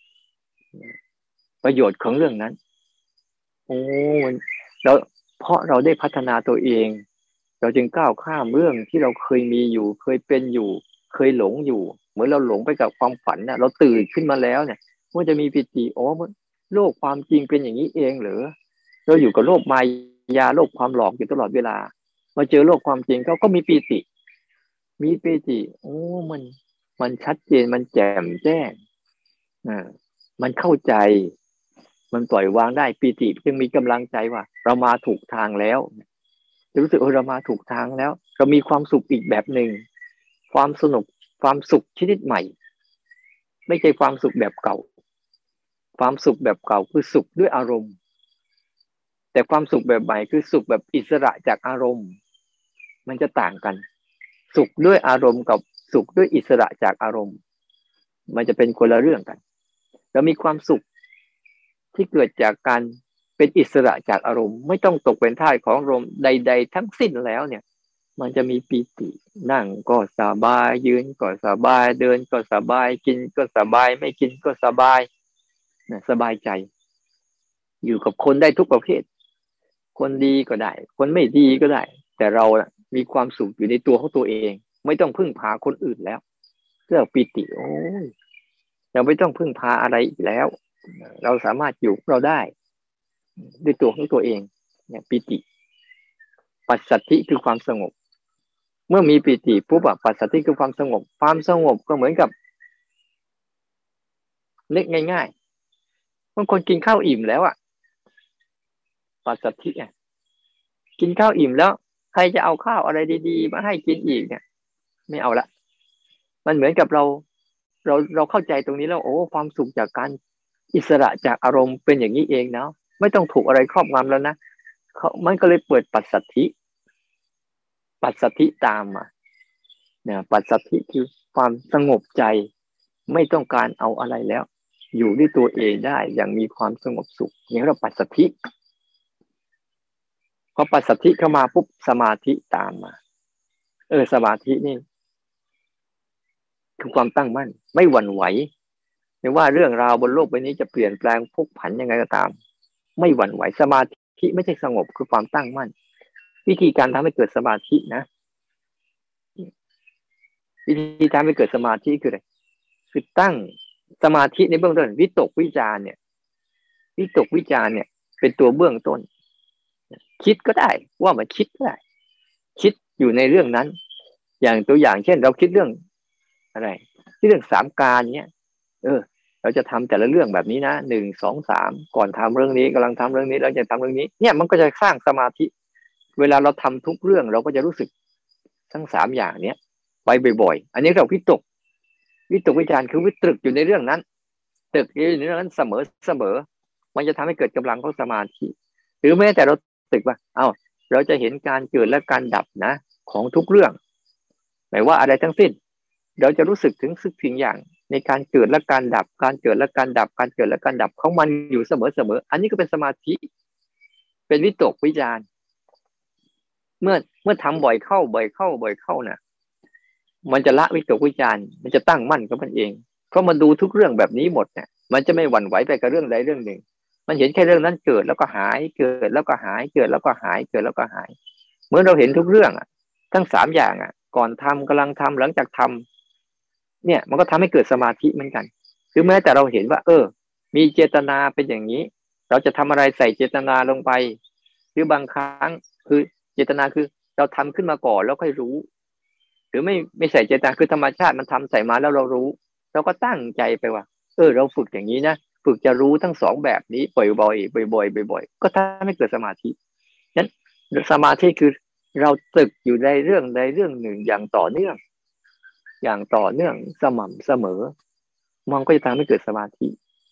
S1: ประโยชน์ของเรื่องนั้นโอ้เราเพราะเราได้พัฒนาตัวเองเราจึงก้าวข้ามเรื่องที่เราเคยมีอยู่เคยเป็นอยู่เคยหลงอยู่เหมือนเราหลงไปกับความฝันนะเราตื่นขึ้นมาแล้วเนี่ยมันจะมีปิติอ๋อโลกความจริงเป็นอย่างนี้เองเหรอเราอยู่กับโลกมายาโลกความหลอกอยู่ตลอดเวลามาเจอโลกความจริงเขาก็มีปิติมีปิติโอ้มันมันชัดเจนมันแจ่มแจ้งอ่ามันเข้าใจมันปล่อยวางได้ปิติจึงมีกำลังใจว่าเรามาถูกทางแล้วจะรู้สึกเออเรามาถูกทางแล้วเรามีความสุขอีกแบบหนึ่งความสนุกความสุขชนิดใหม่ไม่ใช่ความสุขแบบเก่าความสุขแบบเก่าคือสุขด้วยอารมณ์แต่ความสุขแบบใหม่คือสุขแบบอิสระจากอารมณ์มันจะต่างกันสุขด้วยอารมณ์กับสุขด้วยอิสระจากอารมณ์มันจะเป็นคนละเรื่องกันเรามีความสุขที่เกิดจากการเป็นอิสระจากอารมณ์ไม่ต้องตกเป็นทาสของอารมณ์ใดๆทั้งสิ้นแล้วเนี่ยมันจะมีปีตินั่งก็สบายยืนก็สบายเดินก็สบายกินก็สบายไม่กินก็สบายสบายใจอยู่กับคนได้ทุกประเภทคนดีก็ได้คนไม่ดีก็ได้แต่เรามีความสุขอยู่ในตัวของตัวเองไม่ต้องพึ่งพาคนอื่นแล้วเรื่องปิติโอ้ยเราไม่ต้องพึ่งพาอะไรอีกแล้วเราสามารถอยู่เราได้ด้วยตัวของตัวเองเนี่ยปิติปัสสัทธิคือความสงบเมื่อมีปิติปุ๊บอะปัสสัทธิคือความสงบความสงบก็เหมือนกับเล็กง่ายๆบางคนกินข้าวอิ่มแล้วอะปัสสัทธิอ่ะกินข้าวอิ่มแล้วใครจะเอาข้าวอะไรดีๆมาให้กินอีกเนี่ยไม่เอาละมันเหมือนกับเราเราเราเข้าใจตรงนี้แล้วโอ้ความสุขจากการอิสระจากอารมณ์เป็นอย่างนี้เองเนาะไม่ต้องถูกอะไรครอบงำแล้วนะมันก็เลยเปิดปัสสัทธิปัสสัทธิตามมาเนี่ยปัสสัทธิคือความสงบใจไม่ต้องการเอาอะไรแล้วอยู่ด้วยตัวเองได้อย่างมีความสงบสุขนี่เราปัสสัทธิพอปัสสัทธิเข้ามาปุ๊บสมาธิตามมาเออสมาธินี่คือความตั้งมั่นไม่หวั่นไหวไม่ว่าเรื่องราวบนโลกใบนี้จะเปลี่ยนแปลงพกผันยังไงก็ตามไม่หวั่นไหวสมาธิไม่ใช่สงบคือความตั้งมั่นวิธีการทำให้เกิดสมาธินะวิธีทำให้เกิดสมาธิคืออะไรคือตั้งสมาธิในเบื้องต้นวิตกวิจารเนี่ยวิตกวิจารเนี่ยเป็นตัวเบื้องต้นคิดก็ได้ว่ามันคิดก็ได้คิดอยู่ในเรื่องนั้นอย่างตัวอย่างเช่นเราคิดเรื่องอะไรที่เรื่องสามการเนี้ยเออเราจะทำแต่ละเรื่องแบบนี้นะหนึ่งสองสามก่อนทำเรื่องนี้กำลังทำเรื่องนี้เราจะทำเรื่องนี้เนี่ยมันก็จะสร้างสมาธิเวลาเราทำทุกเรื่องเราก็จะรู้สึกทั้งสามอย่างเนี้ยไปบ่อยๆอันนี้เราวิตกวิตกวิจารคือวิตรึกอยู่ในเรื่องนั้นตรึกอยู่ในเรื่องนั้นเสมอเสมอมันจะทำให้เกิดกำลังของสมาธิหรือแม้แต่เราตึกว่าเอ้าเราจะเห็นการเกิดและการดับนะของทุกเรื่องไม่ว่าอะไรทั้งสิ้นเราจะรู้สึกถึงสิ่งอย่างในการเกิดและการดับการเกิดและการดับการเกิดและการดับของมันอยู่เสมอๆอันนี้ก็เป็นสมาธิเป็นวิตกวิจารณ์เมื่อเมื่อทำบ่อยเข้าบ่อยเข้าบ่อยเข้านะมันจะละวิตกวิจารณ์มันจะตั้งมั่นกับมันเองเพราะมันดูทุกเรื่องแบบนี้หมดเนี่ยมันจะไม่หวั่นไหวไปกับเรื่องใดเรื่องหนึ่งมันเห็นแค่เรื่องนั้นเกิดแล้วก็หายเกิดแล้วก็หายเกิดแล้วก็หายเกิดแล้วก็หายเมื่อเราเห็นทุกเรื่องอ่ะทั้งสามอย่างอ่ะก่อนทำกำลังทำหลังจากทำเนี่ยมันก็ทำให้เกิดสมาธิเหมือนกันคือแม้แต่เราเห็นว่าเออมีเจตนาเป็นอย่างนี้เราจะทำอะไรใส่เจตนาลงไปหรือบางครั้งคือเจตนาคือเราทำขึ้นมาก่อนแล้วค่อยรู้หรือไม่ไม่ใส่เจตนาคือธรรมชาติมันทำใส่มาแล้วเรารู้เราก็ตั้งใจไปว่าเออเราฝึกอย่างนี้นะฝึกจะรู้ทั้งสองแบบนี้บ่อยๆบ่อยๆบ่อยๆก็ทำให้เกิดสมาธินั้นสมาธิคือเราตึกอยู่ในเรื่องใดเรื่องหนึ่งอย่างต่อเนื่องอย่างต่อเนื่องสม่ำเสมอมันก็จะทำให้เกิดสมาธิ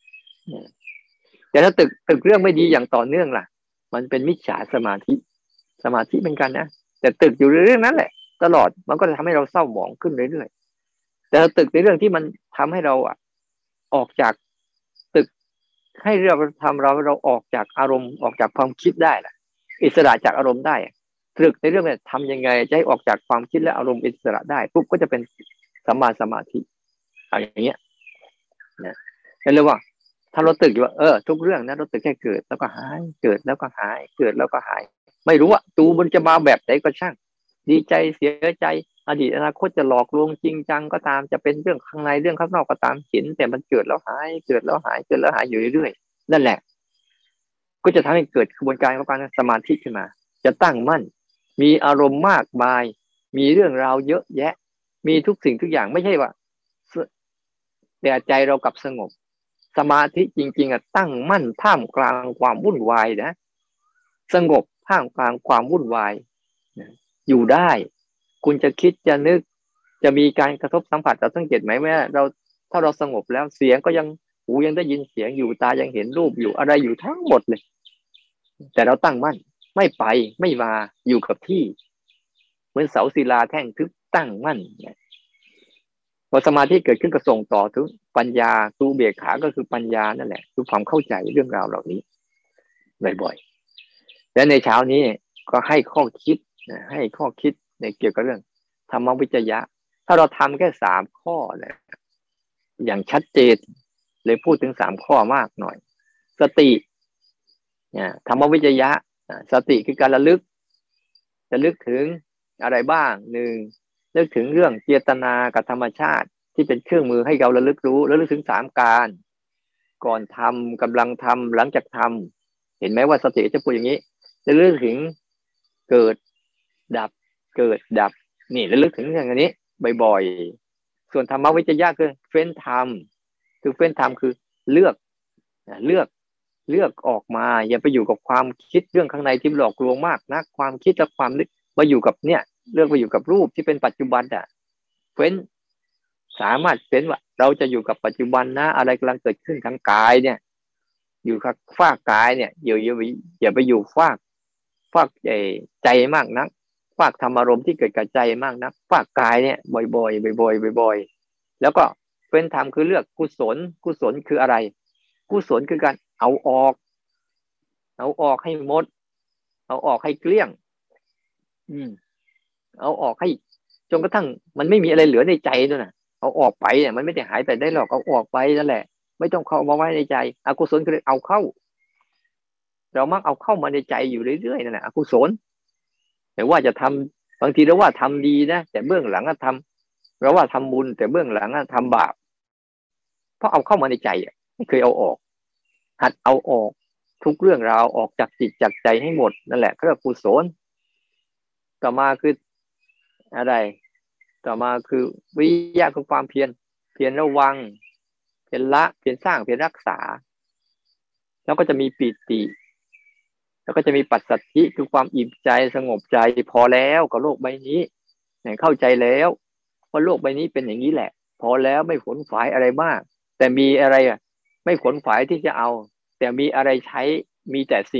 S1: แต่ถ้าตึกตึกเรื่องไม่ดีอย่างต่อเนื่องล่ะมันเป็นมิจฉาสมาธิสมาธิเป็นกันนะแต่ตึกอยู่เรื่องนั้นแหละตลอดมันก็จะทำให้เราเศร้าหมองขึ้นเรื่อยๆแต่ตึกในเรื่องที่มันทำให้เราอ่ะออกจากตึกให้เราทำเราเราออกจากอารมณ์ออกจากความคิดได้ล่ะอิสระจากอารมณ์ได้ตึกในเรื่องเนี่ยทำยังไงจะให้ออกจากความคิดและอารมณ์อิสระได้ปุ๊บก็จะเป็นสัมมาสมาธิอะไรอย่างเงี้ยนะเรียกว่าถ้าเราตึกอยู่ว่าเออทุกเรื่องนะเราตึกแค่เกิดแล้วก็หายเกิดแล้วก็หายเกิดแล้วก็หายไม่รู้ว่าตูมันจะมาแบบไหนก็ช่างดีใจเสียใจอดีตอนาคตจะหลอกลวงจริงจังก็ตามจะเป็นเรื่องข้างในเรื่องข้างนอกก็ตามเห็นแต่มันเกิดแล้วหายเกิดแล้วหายเกิดแล้วหายอยู่เรื่อยๆนั่นแหละก็จะทำให้เกิดกระบวนการของการสมาธิขึ้นมาจะตั้งมั่นมีอารมณ์มากมายมีเรื่องราวเยอะแยะมีทุกสิ่งทุกอย่างไม่ใช่ว่าแต่ใจเรากลับสงบสมาธิจริงๆอ่ะตั้งมั่นท่ามกลางความวุ่นวายนะสงบท่ามกลางความวุ่นวายอยู่ได้คุณจะคิดจะนึกจะมีการกระทบสัมผัสเราสังเกตไหมว่าเราถ้าเราสงบแล้วเสียงก็ยังหูยังได้ยินเสียงอยู่ตายังเห็นรูปอยู่อะไรอยู่ทั้งหมดเลยแต่เราตั้งมั่นไม่ไปไม่มาอยู่กับที่เหมือนเสาศิลาแท่งทึบตั้งมั่นพอสมาธิเกิดขึ้นก็ส่งต่อถึงปัญญาตูเบียขาก็คือปัญญานั่นแหละคือความเข้าใจเรื่องราวเหล่านี้บ่อยๆและในเช้านี้ก็ให้ข้อคิดให้ข้อคิดในเกี่ยวกับเรื่องธรรมวิจยะถ้าเราทำแค่สามข้อเนี่ยอย่างชัดเจนเลยพูดถึงสามข้อมากหน่อยสติเนี่ยธรรมวิจยะสติคือการระลึกระลึกถึงอะไรบ้างหนึ่งนึกถึงเรื่องเจตนากับธรรมชาติที่เป็นเครื่องมือให้เราระลึกรู้ระลึกถึงสามการก่อนทำกำลังทำหลังจากทำเห็นไหมว่าสติจะพูดอย่างนี้ระลึกถึงเกิดดับเกิดดับนี่ระลึกถึงอย่างนี้บ่อยๆส่วนธรรมวิจยะคือเฟ้นธรรมคือเฟ้นธรรมคือเลือกเลือกเลือกออกมาอย่าไปอยู่กับความคิดเรื่องข้างในที่หลอกลวงมากนะความคิดและความนึกมาอยู่กับเนี่ยเลือกไปอยู่กับรูปที่เป็นปัจจุบันอ่ะเฟ้นสามารถเฟ้นว่าเราจะอยู่กับปัจจุบันนะอะไรกำลังเกิดขึ้นทางกายเนี่ยอยู่กับฝากกายเนี่ยอย่าอย่าอย่าไปอยู่ฝากฝากใจใจมากนักฝากธรรมอารมณ์ที่เกิดกับใจมากนักฝากกายเนี่ยบ่อยๆบ่อยๆบ่อยๆแล้วก็เฟ้นธรรมคือเลือกกุศลกุศลคืออะไรกุศลคือการเอาออกเอาออกให้หมดเอาออกให้เกลี้ยงอืมเอาออกให้จนกระทั่งมันไม่มีอะไรเหลือในใจด้วยนะเอาออกไปเนี่ยมันไม่ได้หายไปได้หรอกเอาออกไปนั่นแหละไม่ต้องเข้ามาไว้ในใจอกุศลคือเอาเข้าเรามักเอาเข้ามาในใจอยู่เรื่อยๆนั่นแหละอกุศลแต่ว่าจะทำบางทีเราว่าทำดีนะแต่เบื้องหลังก็ทำเราว่าทำบุญแต่เบื้องหลังก็ทำบาปเพราะเอาเข้ามาในใจไม่เคยเอาออกหัดเอาออกทุกเรื่องราวออกจากจิตจากใจให้หมดนั่นแหละก็เรียกกุศลต่อมาคืออะไรต่อมาคือวิริยะคือความเพียรเพียรระวังเพียรละเพียรสร้างเพียรรักษาแล้วก็จะมีปิติแล้วก็จะมีปัสสัทธิคือความอิ่มใจสงบใจพอแล้วกับโลกใบนี้เข้าใจแล้วว่าโลกใบนี้เป็นอย่างนี้แหละพอแล้วไม่ขนฝายอะไรมากแต่มีอะไรอ่ะไม่ขนฝายที่จะเอาแต่มีอะไรใช้มีแต่สิ่ง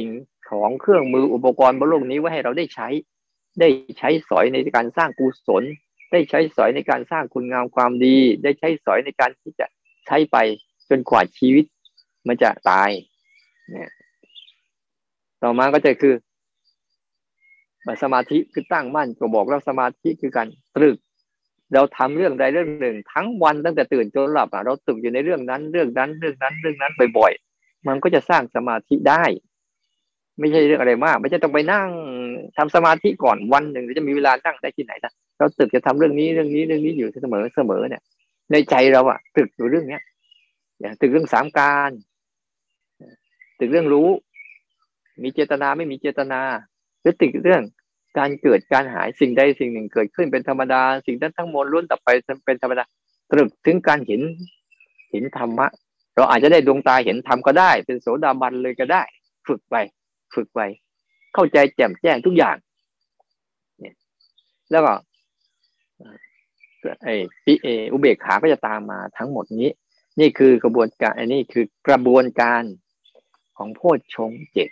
S1: ของเครื่องมืออุปกรณ์บนโลกนี้ไว้ให้เราได้ใช้ได้ใช้สอยในการสร้างกุศลได้ใช้สอยในการสร้างคุณงามความดีได้ใช้สอยในการที่จะใช้ไปจนกว่าชีวิตมันจะตายเนี่ยต่อมาก็จะคือสมาธิคือตั้งมั่นก็บอกแล้วสมาธิคือการตรึกเราทำเรื่องใดเรื่องหนึ่งทั้งวันตั้งแต่ตื่นจนหลับอ่ะเราตรึกอยู่ในเรื่องนั้นเรื่องนั้นเรื่องนั้นเรื่องนั้นบ่อยๆมันก็จะสร้างสมาธิได้ไม่ใช่เรื่องอะไรมากไม่ใช่ต้องไปนั่งทำสมาธิก่อนวันหนึ่งจะมีเวลานั่งได้ที่ไหนนะเราตรึกจะทำเรื่องนี้เรื่องนี้เรื่องนี้อยู่เสมอเสมอเนี่ยในใจเราอ่ะตรึกอยู่เรื่องเนี้ยอย่างตรึกเรื่องสามการตรึกเรื่องรู้มีเจตนาไม่มีเจตนาหรือตรึกเรื่องการเกิดการหายสิ่งใดสิ่งหนึ่งเกิดขึ้นเป็นธรรมดาสิ่งนั้นทั้งมวลล้วนดับไปเป็นธรรมดาตรึกถึงการเห็นเห็นธรรมะเราอาจจะได้ดวงตาเห็นธรรมก็ได้เป็นโสดาบันเลยก็ได้ฝึกไปฝึกไปเข้าใจแจ่มแจ้งทุกอย่างเนี่ยแล้วก็ไอ้ปิเออุเบกขาก็จะตามมาทั้งหมดนี้นี่คือกระบวนการอันนี้คือกระบวนการของโพชฌงค์เจ็ด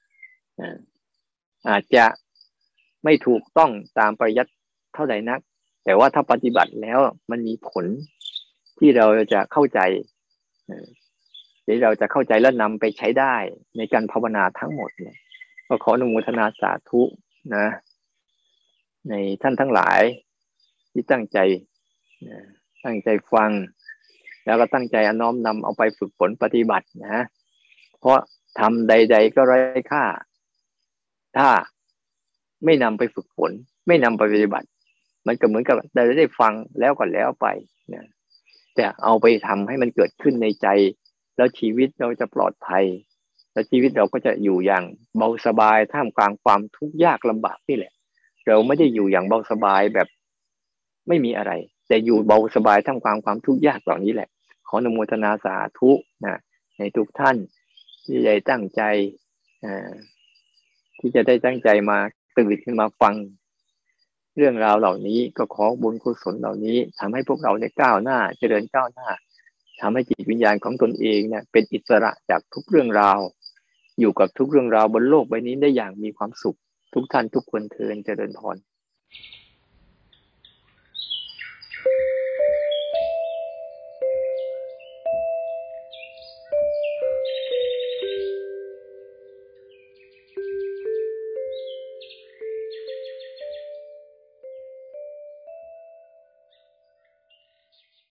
S1: อาจจะไม่ถูกต้องตามปริยัติเท่าใดนักแต่ว่าถ้าปฏิบัติแล้วมันมีผลที่เราจะเข้าใจที่เราจะเข้าใจและนำไปใช้ได้ในการภาวนาทั้งหมดเนี่ยก็ขออนุโมทนาสาธุนะในท่านทั้งหลายที่ตั้งใจตั้งใจฟังแล้วก็ตั้งใจน้อมนำเอาไปฝึกฝนปฏิบัตินะเพราะทำใดๆก็ไร้ค่าถ้าไม่นำไปฝึกฝนไม่นำไปปฏิบัติมันก็เหมือนกับเราได้ฟังแล้วก็แล้วไปนะแต่เอาไปทำให้มันเกิดขึ้นในใจแล้วชีวิตเราจะปลอดภัยแล้วชีวิตเราก็จะอยู่อย่างเบาสบายท่ามกลางความทุกข์ยากลำบากนี่แหละเราไม่ได้อยู่อย่างเบาสบายแบบไม่มีอะไรแต่อยู่เบาสบายท่ามกลางความทุกข์ยากเหล่านี้แหละขออนุโมทนาสาธุนะในทุกท่านที่ได้ตั้งใจที่จะได้ตั้งใจมาตื่นขึ้นมาฟังเรื่องราวเหล่านี้ก็ขอบุญกุศลเหล่านี้ทำให้พวกเราเนี่ยก้าวหน้าเจริญก้าวหน้าทำให้จิตวิญญาณของตนเองเนี่ยเป็นอิสระจากทุกเรื่องราวอยู่กับทุกเรื่องราวบนโลกใบนี้ได้อย่างมีความสุขทุกท่านทุกคนเทินเจริญพร